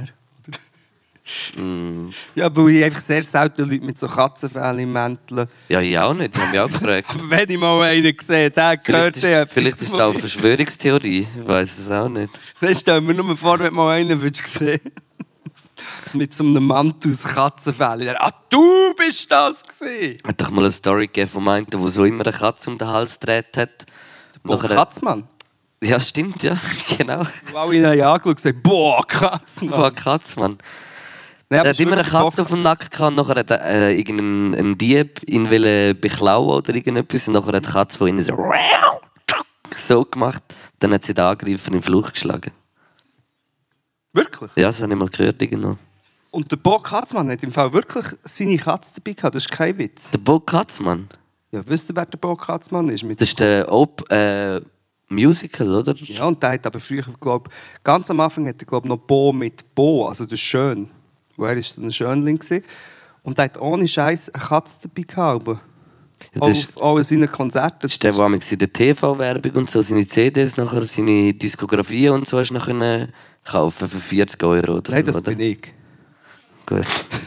Mm. Ja, weil ich einfach sehr selten Leute mit so Katzenfällen im Mänteln. Ja, ich auch nicht. Ich habe mich auch gefragt. Aber wenn ich mal einen sehe, der gehört Vielleicht ist, vielleicht ist es auch eine Verschwörungstheorie. Ich weiß es auch nicht. Dann stell mir nur vor, wenn du mal einen würdest sehen. Mit so einem Mantel aus Katzenfällen. Ah, du bist das gewesen! Es hat doch mal eine Story gegeben von einem, der so immer eine Katze um den Hals gedreht hat. Boah, Nachher- Katzmann. Ja, stimmt, ja. Genau. Wow, ich habe ihn angeschaut und gesagt, boah, Katzmann. Boah, Katze, Mann. Nein, Er aber hat immer eine schon Katze auf dem Nacken gehabt, nachher hat er, äh, irgendein ein Dieb ihn wollte beklauen oder irgendetwas und nachher hat die Katze von ihnen so, so gemacht. Dann hat sie den Angreifer in Flucht geschlagen. Wirklich? Ja, das habe ich mal gehört. Irgendwo. Und der Bo Katzmann hat im Fall wirklich seine Katze dabei gehabt. Das ist kein Witz. Der Bo Katzmann. Ja, wisst ihr, wer der Bo Katzmann ist? Mit Das ist der Op äh, Musical, oder? ja, und der hat aber früher, glaub, ganz am Anfang hat er glaub, noch Bo mit Bo, also das Schön. Wo er war so ein Schönling. Gewesen. Und er hat ohne Scheiß eine Katze dabei gehabt. Ja, Auch das ist, auf all seinen Konzerten. das ist der, der amigs in der T V-Werbung und so seine C Ds, nachher seine Diskografie und so hast du noch können kaufen für vierzig Euro oder Nein, so, das oder? bin ich. Gut.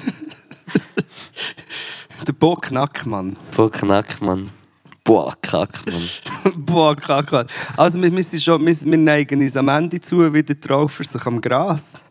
Der Bo Knackmann. Bo Knackmann. Boah, Kackmann. Boah, Knackmann. Also wir, wir, sind schon, wir, wir neigen uns am Ende zu, wie der Traufer sich am Gras.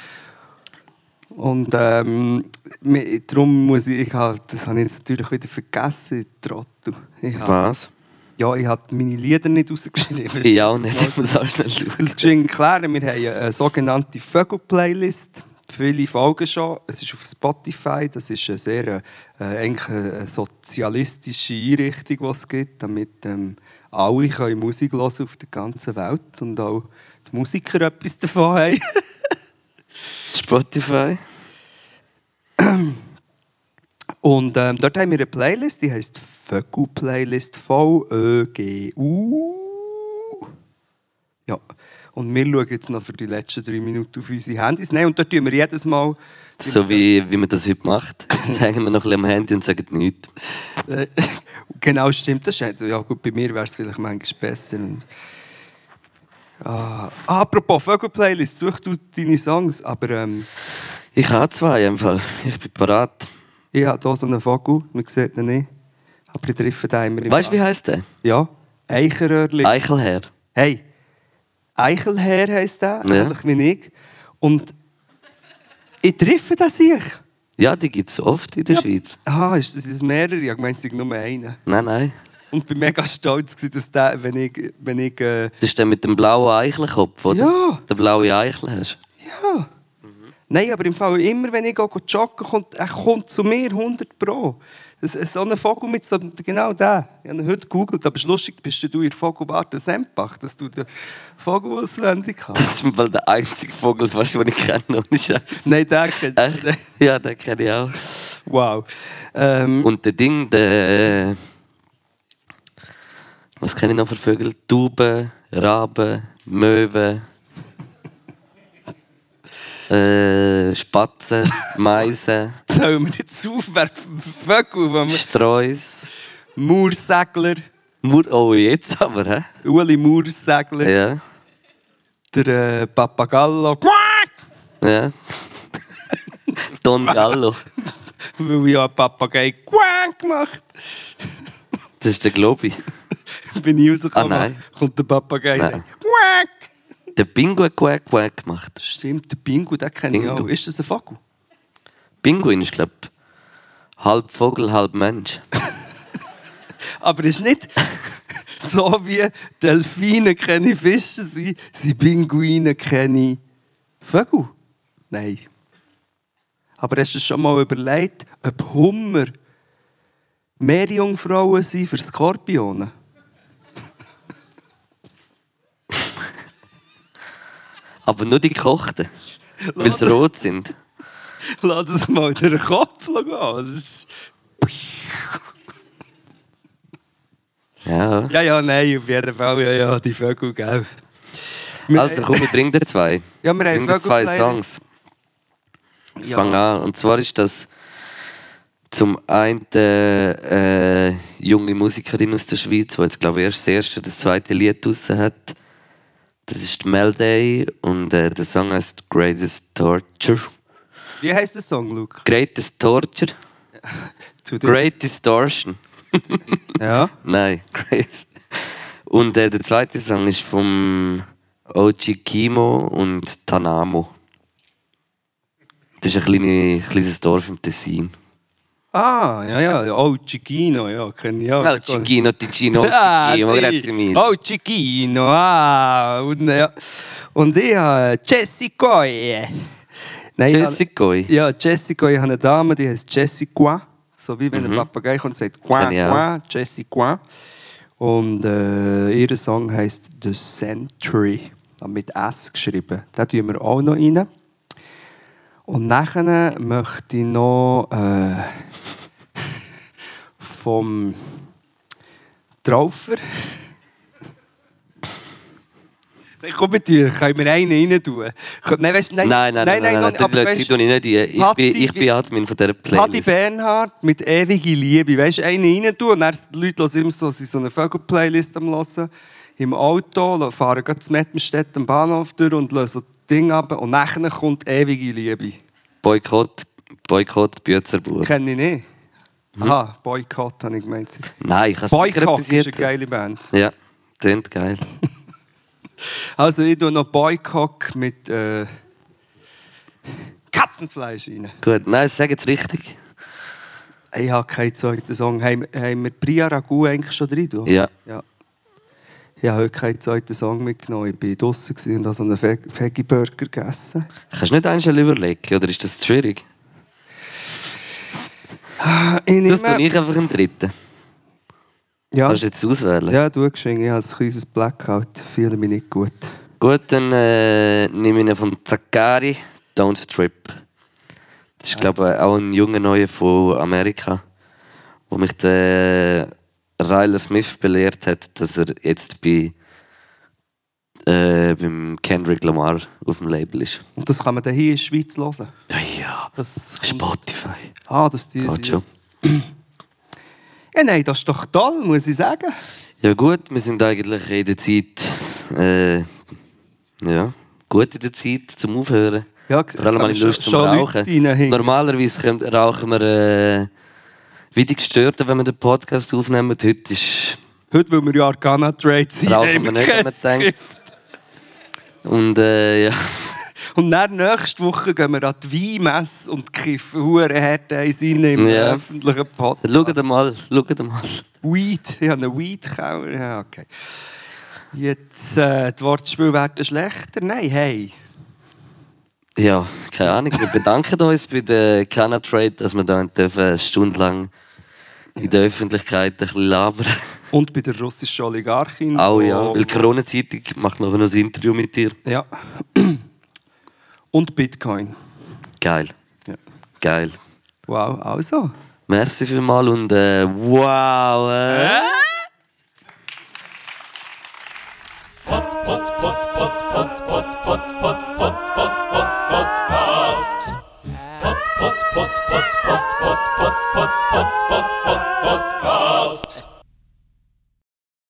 Und ähm, mir- darum muss ich, ich hab, das habe ich jetzt natürlich wieder vergessen, Trottel. Ich hab, Was? ja, ich habe meine Lieder nicht rausgeschrieben. Ich auch nicht. Ich muss auch schnell schauen. Ich will es geschwind erklären. Wir haben eine sogenannte Vögel-Playlist. Viele Folgen schon. Es ist auf Spotify. Das ist eine sehr äh, eigentlich eine sozialistische Einrichtung, die es gibt, damit ähm, alle können Musik hören auf der ganzen Welt und auch die Musiker etwas davon haben. Spotify. Und ähm, dort haben wir eine Playlist, die heisst Vögel-Playlist. V Ö G U. Ja. Und wir schauen jetzt noch für die letzten drei Minuten auf unsere Handys. Nein, und dort tun wir jedes Mal... So wie, wie man das heute macht. Jetzt hängen wir noch ein bisschen am Handy und sagen nichts. Äh, genau, stimmt. Das ist, ja, gut, bei mir wäre es vielleicht manchmal besser. Und, ah, apropos Vögel-Playlist, such du deine Songs. Aber ähm, Ich habe zwei im Fall. Ich bin parat. ich habe hier so einen Vogel, man sieht ihn nicht. Aber ich treffe den immer im Weißt du, wie heisst der? Ja, Eicheröhrli. Eichelherr. Hey, Eichelherr heisst der, Ja. ähnlich wie ich. Und Ich treffe das sich. Ja, die gibt es oft in der Ja. Schweiz. Ah, ist das ist mehrere? Ich meinte, es sei nur einer. Nein, nein. Und ich bin mega stolz, dass der, wenn ich... Wenn ich äh, Das ist der mit dem blauen Eichelkopf, oder? Ja. Der blaue Eichel hast. ja. Nein, aber im Fall immer, wenn ich gehe joggen, kommt er kommt zu mir, hundert Pro. Das ist so ein Vogel mit so... Genau der. Ich habe ihn heute gegoogelt, aber es ist lustig, bist du in der Vogelwarte Sempach, dass du den Vogel auswendig hast. Das ist im Fall der einzige Vogel, fast, den ich kenne. Ohne Scheiß. Nein, der kennt Echt? Ja, den kenne ich auch. Wow. Ähm, Und der Ding, der... Was kenne ich noch für Vögel? Tauben, Raben, Möwen, äh, Spatzen, Meisen, sollen wir jetzt aufwerfen? Vögel, wo wir... Streus. Mauersegler, Mur oh, jetzt aber, hä? Uli Mauersegler, Ja, der äh, Papagallo. Quack! ja. Don Gallo. Weil ich ja einen Papagei Quack gemacht. Das ist der Globi. Bin ich rausgekommen, Ah, nein. kommt der Papagei und Nein. sagt Quack! Der Pingu hat Quack Quack gemacht. Stimmt, der Pingu, den kenne ich Pingu. auch. Ist das ein Vogel? Pinguin ist, glaube ich, halb Vogel, halb Mensch. Aber ist nicht so wie Delfine keine Fische sind, sind Pinguine keine Vögel. Nein. Aber hast du schon mal überlegt, ob Hummer Meerjungfrauen sind für Skorpione? Aber nur die gekochten, weil sie rot sind. Lass das mal durch den Kopf gehen. Das ist... Ja. Ja, ja, nein, auf jeden Fall. Ja, ja, die Vögel, gell. Also komm, ich bring dir zwei. Ja, wir haben Bring dir zwei Vögel-Playlist. Songs. Ich fange an. Und zwar ist das zum einen äh, junge Musikerin aus der Schweiz, die jetzt, glaube ich, erst das erste, das zweite Lied draussen hat. Das ist Mel Day und äh, der Song heißt Greatest Torture. Wie heisst der Song, Luke? Greatest Torture? Great Distortion. Ja. Nein, Great. Und äh, der zweite Song ist vom O G Kimo und Tanamo. Das ist ein kleine, kleines Dorf im Tessin. Ah, ja, ja. Oh, Cicchino, ja, kenne ich auch. Oh, Cicchino, Ticino, Ah, Cicchino, sì. grazie mille. Oh, Cicchino, ah. Und, ja. Und ich habe Jessicoi. Nein, ich habe- Jessicoi. Ja, Jessicoi, ich habe eine Dame, die heißt Jessicoi. So wie wenn ein Papagei kommt und sagt Qua, Kenn ich auch. Qua, Jessicoi. Und äh, ihr Song heisst The Century. Mit S geschrieben. Den tun wir auch noch rein. Und nachher möchte ich noch äh, vom Traufer. Nein, komm mit dir, können wir einen rein tun? Nein, weißt, nein, Nein, nein, nein, nein, nein, aber nein, weißt, die tue ich nicht ein. Ich Patti- bin, ich bin Admin von dieser Patti Playlist. Bernhard mit «Ewige Liebe». Weißt du, einen rein tun und dann die Leute hören immer so, sie so eine Vögel-Playlist am Hören. Im Auto, fahren gerade zu Mettmerstedt am Bahnhof durch und lösen das Ding ab. Und nachher kommt «Ewige Liebe». Boykott, Boykott Bützerbuch. Kenne ich nicht. Aha, Boykott habe ich gemeint. Nein, ich kann es Boykott ist eine geile Band. Ja, klingt geil. Also ich tue noch Boykott mit äh, Katzenfleisch rein. Gut, nein, sag jetzt richtig. Ich habe keinen zweiten Song. Haben, haben wir Bria Ragout eigentlich schon drin? Du? Ja. Ja. Ich habe heute keinen zweiten Song mitgenommen. Ich war draußen und habe so einen Veg- Veggie-Burger gegessen. Kannst du nicht einmal überlegen, oder ist das zu schwierig? Ich nehme... Das tue ich einfach im dritten. ja. Kannst du jetzt auswählen? Ja, du geschenkt. Ich habe ein kleines Blackout. Fühle mich nicht gut. Gut, dann äh, nehme ich ihn von Zakari, Don't Strip. Das ist, glaube ich, auch ein junger Neuer von Amerika, wo mich der Ryler Smith belehrt hat, dass er jetzt bei äh, beim Kendrick Lamar auf dem Label ist. Und das kann man dann hier in der Schweiz hören. Ja, ja. Das kommt- Spotify. Ah, das die Geht schon. Ja, nein, das ist doch toll, muss ich sagen. Ja gut, wir sind eigentlich in der Zeit äh, ja, gut in der Zeit zum Aufhören. Ja, Vor allem habe ich Lust zum schon Rauchen. Leute reinhängen. Normalerweise können- rauchen wir äh, wie die Gestörten, wenn wir den Podcast aufnehmen. Heute ist Heute, weil wir ja Arcana Trade sind, Rauchen haben wir wir nicht, kein wenn man denkt. Gift. und äh, ja, Und dann nächste Woche gehen wir an die Weinmesse und kiffen hure hart eins rein im Ja. öffentlichen Podcast. Schaut mal, schaut mal. Weed, ich habe einen Weed-Kauer. Ja, okay. Jetzt, äh, die Wortspiele werden schlechter? Nein, hey. Ja, keine Ahnung. Wir bedanken uns bei der Cana Trade, dass wir da eine Stunde lang in der Öffentlichkeit ein bisschen labern. Und bei der russischen Oligarchin. Auch ja, wo- weil die Corona-Zeitung macht nachher noch ein Interview mit dir. Ja. Und Bitcoin. Geil. Ja. Geil. Wow, also. Merci vielmals und äh, wow. Äh. Pod, pod, pod, pod, pod.